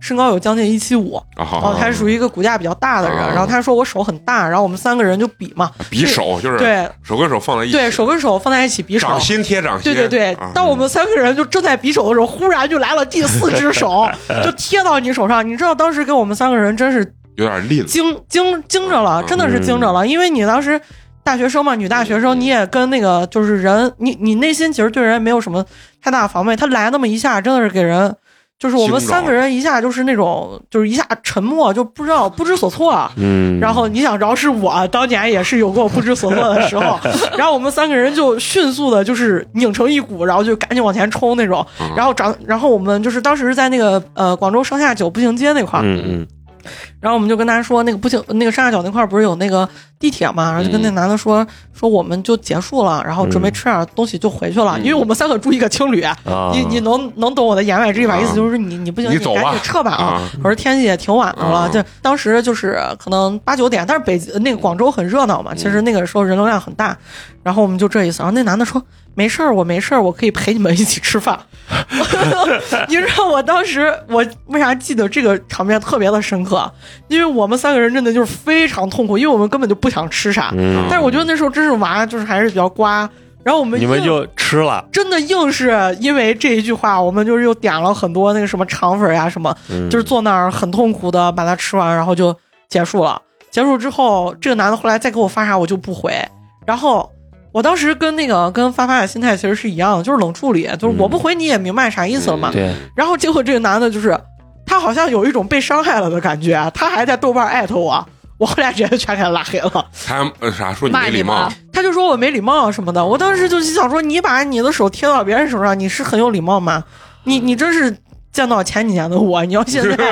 身高有将近一七五，哦，他是属于一个骨架比较大的人，然后他说我手很大，然后我们三个人就比嘛， 比手就是对手跟手放在一起， 对手跟手放在一起比手， 掌心贴掌心， 对对对。当我们三个人就正在比手的时候，忽然就来了第四只手，就贴到你手上，你知道当时给我们三个人真是有点吝， 惊惊惊着了，真的是惊着了，因为你当时。大学生嘛，女大学生，你也跟那个就是人，你你内心其实对人没有什么太大防备，他来那么一下，真的是给人，就是我们三个人一下就是那种，就是一下沉默，就不知道不知所措。嗯。然后你想饶是我当年也是有过不知所措的时候，然后我们三个人就迅速的就是拧成一股，然后就赶紧往前冲那种。然后长，然后我们就是当时是在那个呃广州上下九步行街那块儿。嗯嗯。然后我们就跟他说，那个不行，那个上下角那块不是有那个地铁嘛？然后就跟那男的说、嗯、说我们就结束了，然后准备吃点东西就回去了，嗯、因为我们三个住一个青旅，嗯、你你能能懂我的言外之意吧？意思就是你你不行，你赶紧撤吧啊！可是天气也挺晚的了，就当时就是可能八九点，但是北那个广州很热闹嘛，其实那个时候人流量很大，然后我们就这意思。然后那男的说没事儿，我没事儿，我可以陪你们一起吃饭。你知道我当时我为啥记得这个场面特别的深刻？因为我们三个人真的就是非常痛苦，因为我们根本就不想吃啥。嗯、但是我觉得那时候真是娃，就是还是比较瓜。然后我们你们就吃了， 真的硬是因为这一句话，我们就是又点了很多那个什么肠粉呀什么，嗯、就是坐那儿很痛苦的把它吃完，然后就结束了。结束之后，这个男的后来再给我发啥我就不回，然后。我当时跟那个跟发发的心态其实是一样的，就是冷处理，就是我不回你也明白啥意思了嘛。 嗯、对。 然后结果这个男的就是他好像有一种被伤害了的感觉，他还在豆瓣艾特我，我后来直接全给他拉黑了。 他呃啥说你没礼貌？ 他就说我没礼貌什么的。我当时就想说，你把你的手贴到别人手上，你是很有礼貌吗？你你真是。见到前几年的我，你要现在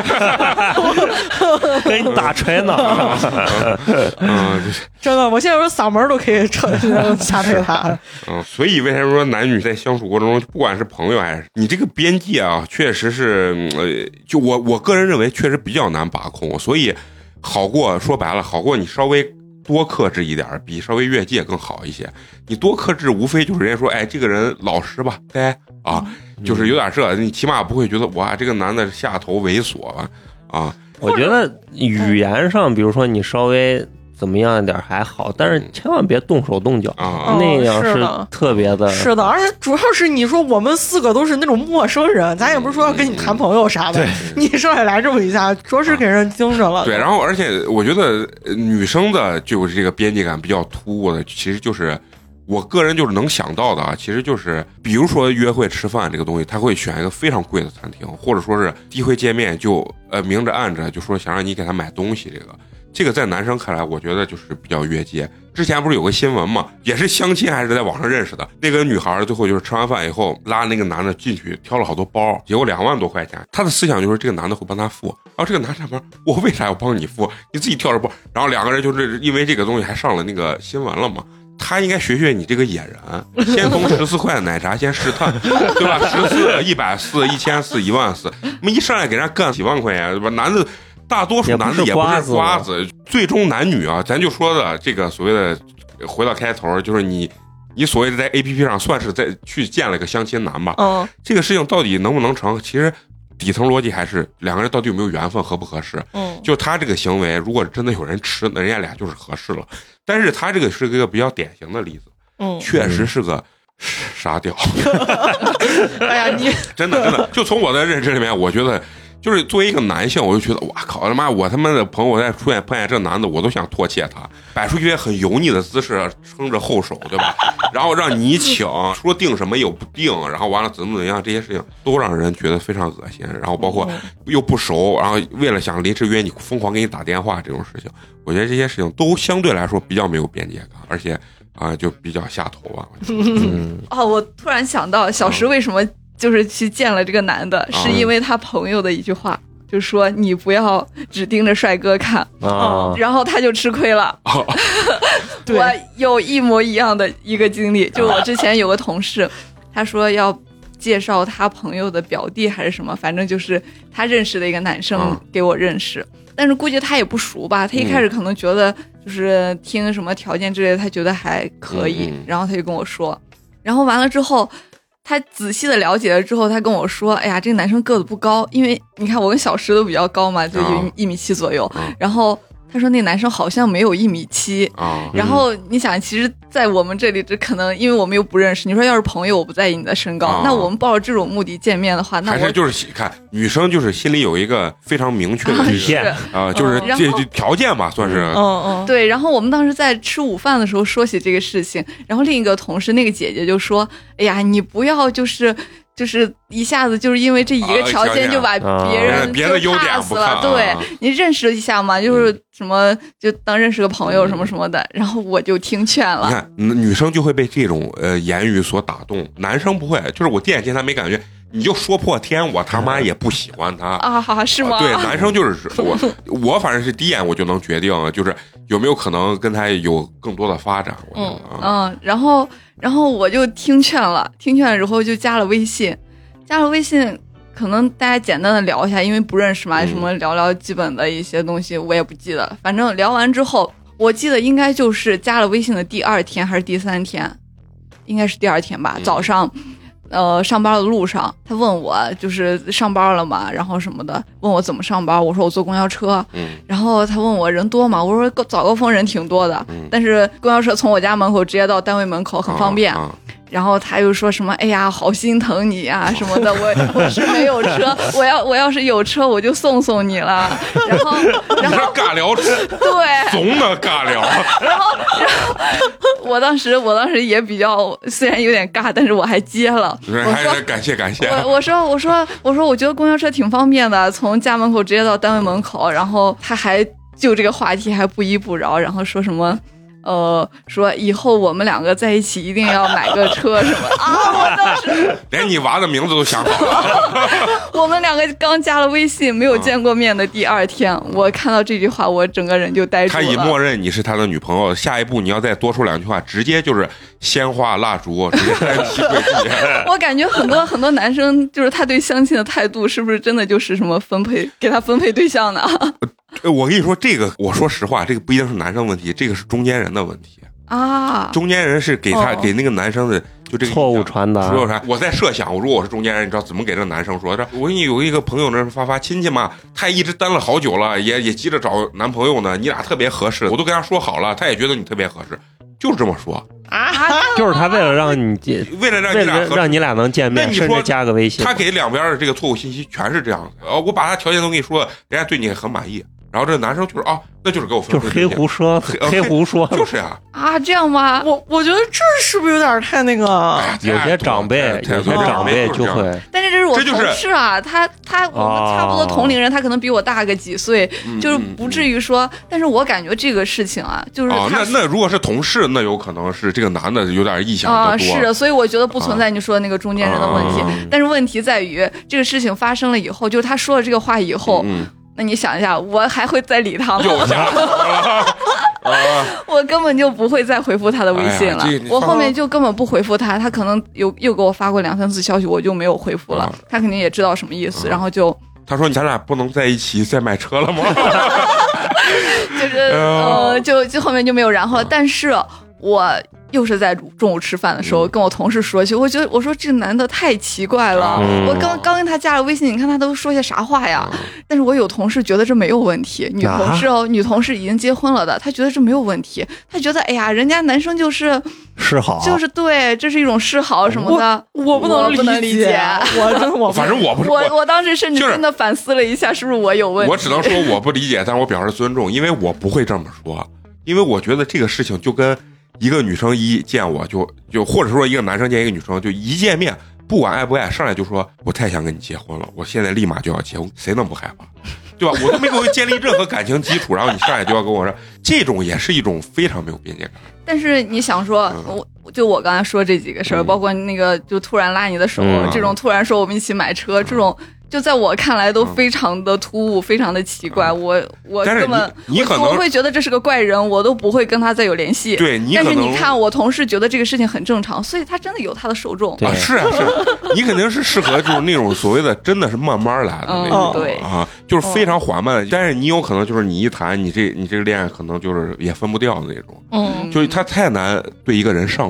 给你打锤呢。 嗯， 真的，我现在说嗓门都可以扯瞎推他。 嗯，所以为什么说男女在相处过程中，不管是朋友还是你这个边界啊，确实是呃，就我我个人认为确实比较难把控，所以好过说白了，好过你稍微多克制一点，比稍微越界更好一些。你多克制，无非就是人家说，哎，这个人老实吧，该啊。就是有点这，你起码不会觉得哇，这个男的下头猥琐吧？啊， 我觉得语言上，比如说你稍微怎么样一点还好，但是千万别动手动脚啊，那样是特别的。 是的，而且主要是你说我们四个都是那种陌生人，咱也不是说要跟你谈朋友啥的，你上来来这么一下，着实给人惊着了。 对，然后而且我觉得女生的就是这个边界感比较突兀的，其实就是。我个人就是能想到的啊，其实就是比如说约会吃饭这个东西，他会选一个非常贵的餐厅，或者说是第一回见面就呃明着暗着就说想让你给他买东西，这个这个在男生看来，我觉得就是比较越界。之前不是有个新闻嘛，也是相亲还是在网上认识的，那个女孩最后就是吃完饭以后拉那个男的进去挑了好多包，结果两万多块钱，他的思想就是这个男的会帮他付，然后这个男上班我为啥要帮你付，你自己挑着包，然后两个人就是因为这个东西还上了那个新闻了嘛。他应该学学你这个野人，先从十四块的奶茶先试探，对吧？十四、一百四、一千四、一万四，我们一上来给人家干几万块钱，对吧？男的大多数男的也不是瓜子，最终男女啊，咱就说的这个所谓的回到开头，就是你你所谓的在 A P P 上算是在去见了个相亲男吧，嗯，这个事情到底能不能成？其实底层逻辑还是两个人到底有没有缘分，合不合适？嗯，就他这个行为，如果真的有人吃，那人家俩就是合适了。但是他这个是一个比较典型的例子，嗯，确实是个沙雕。 哎呀，你真的真的，就从我的认知里面，我觉得就是作为一个男性，我就觉得哇靠他妈，我他妈的朋友在出现碰见这男的，我都想唾弃他，摆出一些很油腻的姿势，撑着后手，对吧？然后让你请，说定什么又不定，然后完了怎么怎么样，这些事情都让人觉得非常恶心。然后包括又不熟，然后为了想临时约你，疯狂给你打电话这种事情，我觉得这些事情都相对来说比较没有边界感，而且啊、呃、就比较下头吧。 嗯，哦，我突然想到小石为什么就是去见了这个男的，是因为他朋友的一句话。就说你不要只盯着帅哥看，哦、然后他就吃亏了。哦、我有一模一样的一个经历，就我之前有个同事，他说要介绍他朋友的表弟还是什么，反正就是他认识的一个男生给我认识，嗯、但是估计他也不熟吧，他一开始可能觉得就是听什么条件之类的，他觉得还可以，嗯、然后他就跟我说，然后完了之后。 他仔细的了解了之后，他跟我说，哎呀，这个男生个子不高，因为你看我跟小石都比较高嘛，就一一米七左右， 嗯、 然后。他说那男生好像没有一米七、 啊， 然后你想，其实，在我们这里，这可能因为我们又不认识。你说要是朋友，我不在意你的身高，啊、那我们抱着这种目的见面的话，那我还是就是看女生就是心里有一个非常明确的底线啊，呃、就是这、嗯、条件吧，算是。 嗯嗯。对，然后我们当时在吃午饭的时候说起这个事情，然后另一个同事那个姐姐就说：“哎呀，你不要就是。”就是一下子就是因为这一个条件就把别人就 pass 了， 啊、 对你认识一下嘛，就是什么就当认识个朋友什么什么的，嗯、然后我就听劝了。 你看，女生就会被这种呃言语所打动，男生不会，就是我第一眼见他没感觉，你就说破天，我他妈也不喜欢他啊，是吗？ 对，男生就是我，我反正是第一眼我就能决定，就是有没有可能跟他有更多的发展。我觉得嗯嗯，然后。然后我就听劝了，听劝了之后就加了微信，加了微信，可能大家简单的聊一下，因为不认识嘛，什么聊聊基本的一些东西，我也不记得了。反正聊完之后，我记得应该就是加了微信的第二天还是第三天，应该是第二天吧。早上，呃，上班的路上，他问我就是上班了嘛，然后什么的，问我怎么上班，我说我坐公交车。 嗯， 然后他问我人多吗？我说早高峰人挺多的， 嗯、 但是公交车从我家门口直接到单位门口很方便。 啊啊然后他又说什么，哎呀，好心疼你呀、啊、什么的，我我是没有车，我要我要是有车我就送送你了。然后然后尬聊，对，怂的尬聊。 然后然后我当时我当时也比较虽然有点尬，但是我还接了。 我说感谢感谢。 我我说我说我说我觉得公交车挺方便的，从家门口直接到单位门口。然后他还就这个话题还不依不饶，然后说什么。呃，说以后我们两个在一起一定要买个车什么啊！我当时连你娃的名字都想好了。 我们两个刚加了微信，没有见过面的第二天，啊、我看到这句话，我整个人就呆住了。 他已默认你是他的女朋友，下一步你要再多说两句话，直接就是鲜花蜡烛，直接单膝跪地。 我感觉很多很多男生就是他对相亲的态度，是不是真的就是什么分配给他分配对象呢？ 我跟你说，这个我说实话，这个不一定是男生问题，这个是中间人的问题啊。 中间人是给他、哦、给那个男生的就这个错误传达。 我在设想，如果我是中间人，你知道怎么给这个男生说？我给你有一个朋友那发发亲戚嘛，他一直单了好久了，也也急着找男朋友呢，你俩特别合适，我都跟他说好了，他也觉得你特别合适，就是这么说啊。就是他为了让你见， 为了让你俩让你俩能见面，甚至加个微信， 他给两边的这个错误信息全是这样的。呃，我把他条件都跟你说，人家对你很满意。然后这个男生就是啊，那就是给我分就是黑胡说，黑胡说， 就是呀啊，这样吗？ 我我觉得这是不是有点太那个？ 哎、 有些长辈，有些长辈就会， 但是这是我同事啊，他他我们差不多同龄人，他可能比我大个几岁， 嗯、 就是不至于说。但是我感觉这个事情啊，就是啊，那那如果是同事，那有可能是这个男的有点意想啊， 得多。 是，所以我觉得不存在你说的那个中间人的问题。 啊、 但是问题在于，这个事情发生了以后，就是他说了这个话以后。 嗯那你想一下，我还会再理他吗？ 又加了， 我根本就不会再回复他的微信了。哎、我后面就根本不回复他，他可能有又给我发过两三次消息，我就没有回复了。啊、他肯定也知道什么意思，啊、然后就他说：“咱俩不能在一起再买车了吗？” 就是呃，就就后面就没有然后了。但是我又是在中午吃饭的时候跟我同事说起，我觉得我说这男的太奇怪了。 嗯、 我刚刚跟他加了微信，你看他都说些啥话呀？嗯、但是我有同事觉得这没有问题，女同事哦，啊、女同事已经结婚了的，她觉得这没有问题，她觉得哎呀，人家男生就是示好， 就是对，这是一种示好什么的， 我, 我不能不能理解， 我真我反正我不是我我当时甚至真的反思了一下，是不是我有问题？ 我只能说我不理解，但是我表示尊重，因为我不会这么说，因为我觉得这个事情就跟。一个女生一见我就就或者说一个男生见一个女生就一见面不管爱不爱上来就说我太想跟你结婚了，我现在立马就要结婚，谁能不害怕？对吧？我都没给我建立任何感情基础，然后你上来就要跟我说，这种也是一种非常没有边界感。 但是你想说， 嗯、 我就我刚才说这几个事儿，嗯、包括那个就突然拉你的手，嗯、这种突然说我们一起买车，嗯、这种。就在我看来都非常的突兀，嗯、非常的奇怪。嗯、我我根本你你可能我会觉得这是个怪人，我都不会跟他再有联系。 对，你但是你看我同事觉得这个事情很正常，所以他真的有他的受众啊。是啊是，你肯定是适合就是那种所谓的真的是慢慢来的那种、 嗯、对啊，就是非常缓慢的。嗯、但是你有可能就是你一谈，你这你这个恋爱可能就是也分不掉的那种。 嗯， 就是他太难对一个人上头了。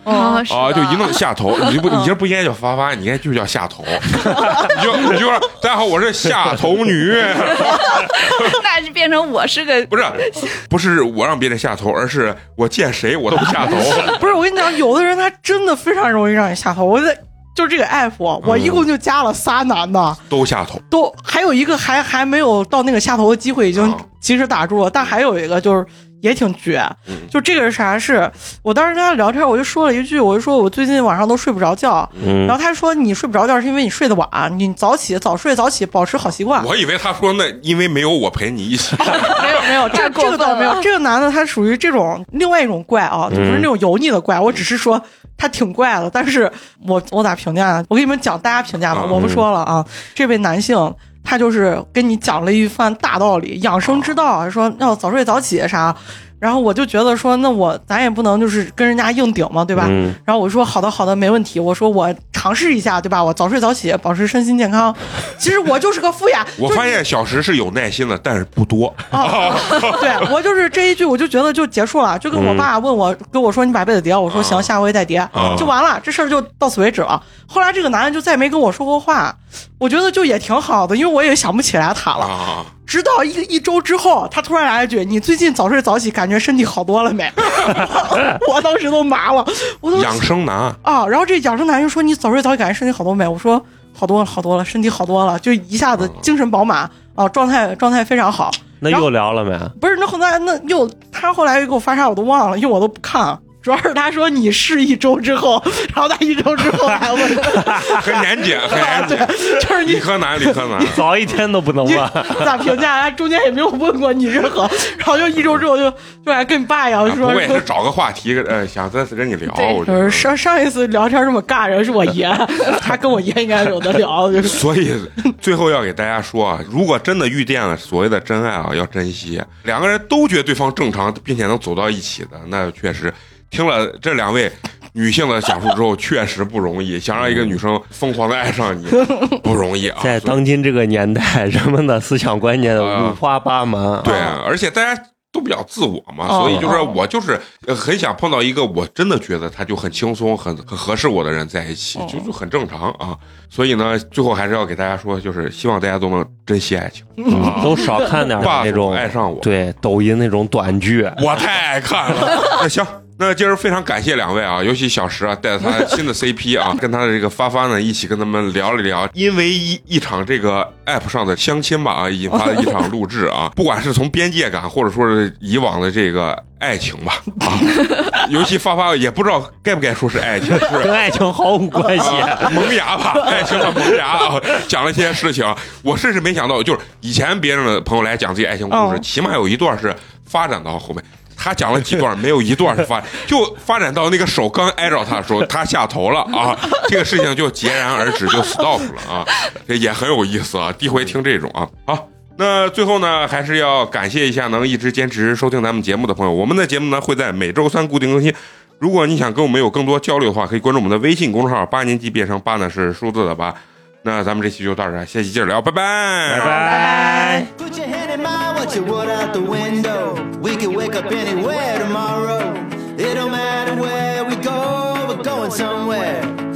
啊， 啊，就一弄下头，你不，你这不应该叫发发，你应该就叫下头，你就你就说大家好，我是下头女， 那就变成我是个不是不是我让别人下头，而是我见谁我都下头。 不是我跟你讲，有的人他真的非常容易让你下头，我在。就这个 app， 我一共就加了仨男的， 嗯、都下头， 都还有一个还还没有到那个下头的机会，已经及时打住了，但还有一个就是也挺绝，嗯、就这个是啥？是我当时跟他聊天，我就说了一句，我就说我最近晚上都睡不着觉，嗯、然后他说你睡不着觉是因为你睡得晚，你早起早睡早起，保持好习惯。 我以为他说那因为没有我陪你一起， 没有没有，这这个倒没有，这个男的他属于这种另外一种怪啊，就不是那种油腻的怪，我只是说。他挺怪的，但是我我咋评价啊？我给你们讲大家评价吧，我不说了啊。这位男性他就是跟你讲了一番大道理，养生之道，说要早睡早起啥。然后我就觉得说，那我咱也不能就是跟人家硬顶嘛，对吧？嗯、然后我说好的好的，没问题。我说我尝试一下，对吧？我早睡早起，保持身心健康。其实我就是个敷衍。 我发现小石是有耐心的，但是不多。 哦、对我就是这一句，我就觉得就结束了。就跟我爸问我、嗯、跟我说你把被子叠，我说行，下回再叠，啊、就完了，这事儿就到此为止了。后来这个男人就再没跟我说过话，我觉得就也挺好的，因为我也想不起来他了。啊直到一一周之后，他突然来一句：“你最近早睡早起，感觉身体好多了没？”我当时都麻了，我都养生男啊。然后这养生男就说：“你早睡早起，感觉身体好多没？”我说：“好多了，好多了，身体好多了，就一下子精神饱满啊，状态状态非常好。” 那又聊了没？ 不是，那后来那又他后来又给我发啥我都忘了，因为我都不看。主要是他说你试一周之后，然后他一周之后还问， 很严谨，很严谨， 就是理科男，理科男， 早一天都不能问， 咋评价？中间也没有问过你任何，然后就一周之后就就还跟你爸一样说， 我也是找个话题，呃，想再次跟你聊。 就是上上一次聊天这么尬人是我爷，他跟我爷应该有的聊。就是、 所以最后要给大家说啊，如果真的遇见了所谓的真爱啊，要珍惜。两个人都觉得对方正常，并且能走到一起的，那确实。听了这两位女性的讲述之后，确实不容易。想让一个女生疯狂的爱上你，不容易啊！ 在当今这个年代，人们的思想观念五花八门。 呃、对、啊，而且大家都比较自我嘛，所以就是我就是很想碰到一个我真的觉得他就很轻松、很很合适我的人在一起，就就很正常啊。所以呢，最后还是要给大家说，就是希望大家都能珍惜爱情， 嗯、都少看点那种爱上我， 对抖音那种短剧， 我太爱看了。那行。那今儿非常感谢两位啊，尤其小石啊，带着他新的 C P 啊，跟他的这个发发呢一起跟他们聊了聊，因为一一场这个 app 上的相亲吧啊，引发了一场录制啊，不管是从边界感或者说是以往的这个爱情吧啊，尤其发发也不知道该不该说是爱情，是跟爱情毫无关系， 啊、萌芽吧，爱情的萌芽啊，讲了一些事情，我甚至没想到，就是以前别人的朋友来讲自己爱情故事，起码有一段是发展到后面。他讲了几段，没有一段是发，就发展到那个手刚挨着他的时候，他下头了啊，这个事情就戛然而止，就 stop 了啊，这也很有意思啊。第一回听这种啊，好，那最后呢，还是要感谢一下能一直坚持收听咱们节目的朋友。我们的节目呢会在每周三固定更新。如果你想跟我们有更多交流的话，可以关注我们的微信公众号“八年级毕业生”，八呢是数字的八。那咱们这期就到这儿，下期接着聊，拜拜， 拜拜。 Put your hand in mine, watch it water out the window. We can wake up anywhere tomorrow. It don't matter where we go, we're going somewhere.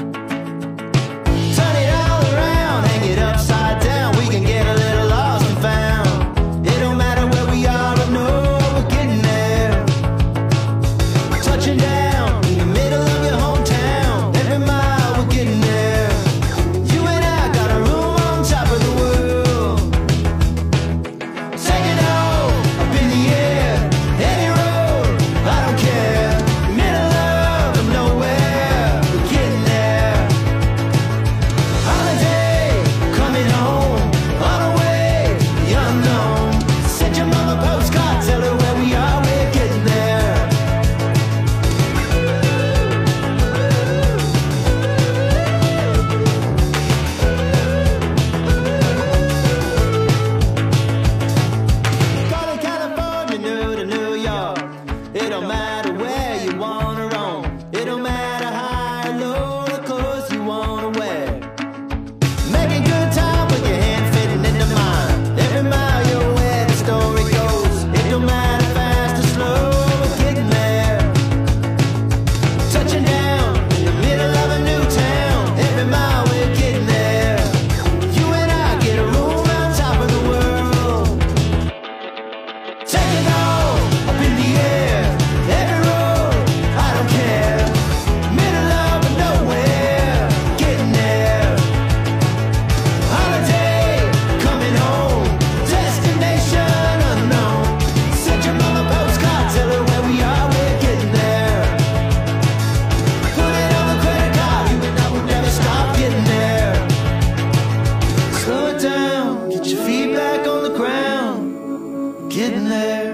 Turn it all around, hang it upside down. We can get a little lost and found. It don't matter where we are, I know we're getting there. Touching down in the middle of your hometown. Every mile we're getting there.I don't care. feet back on the ground, getting there.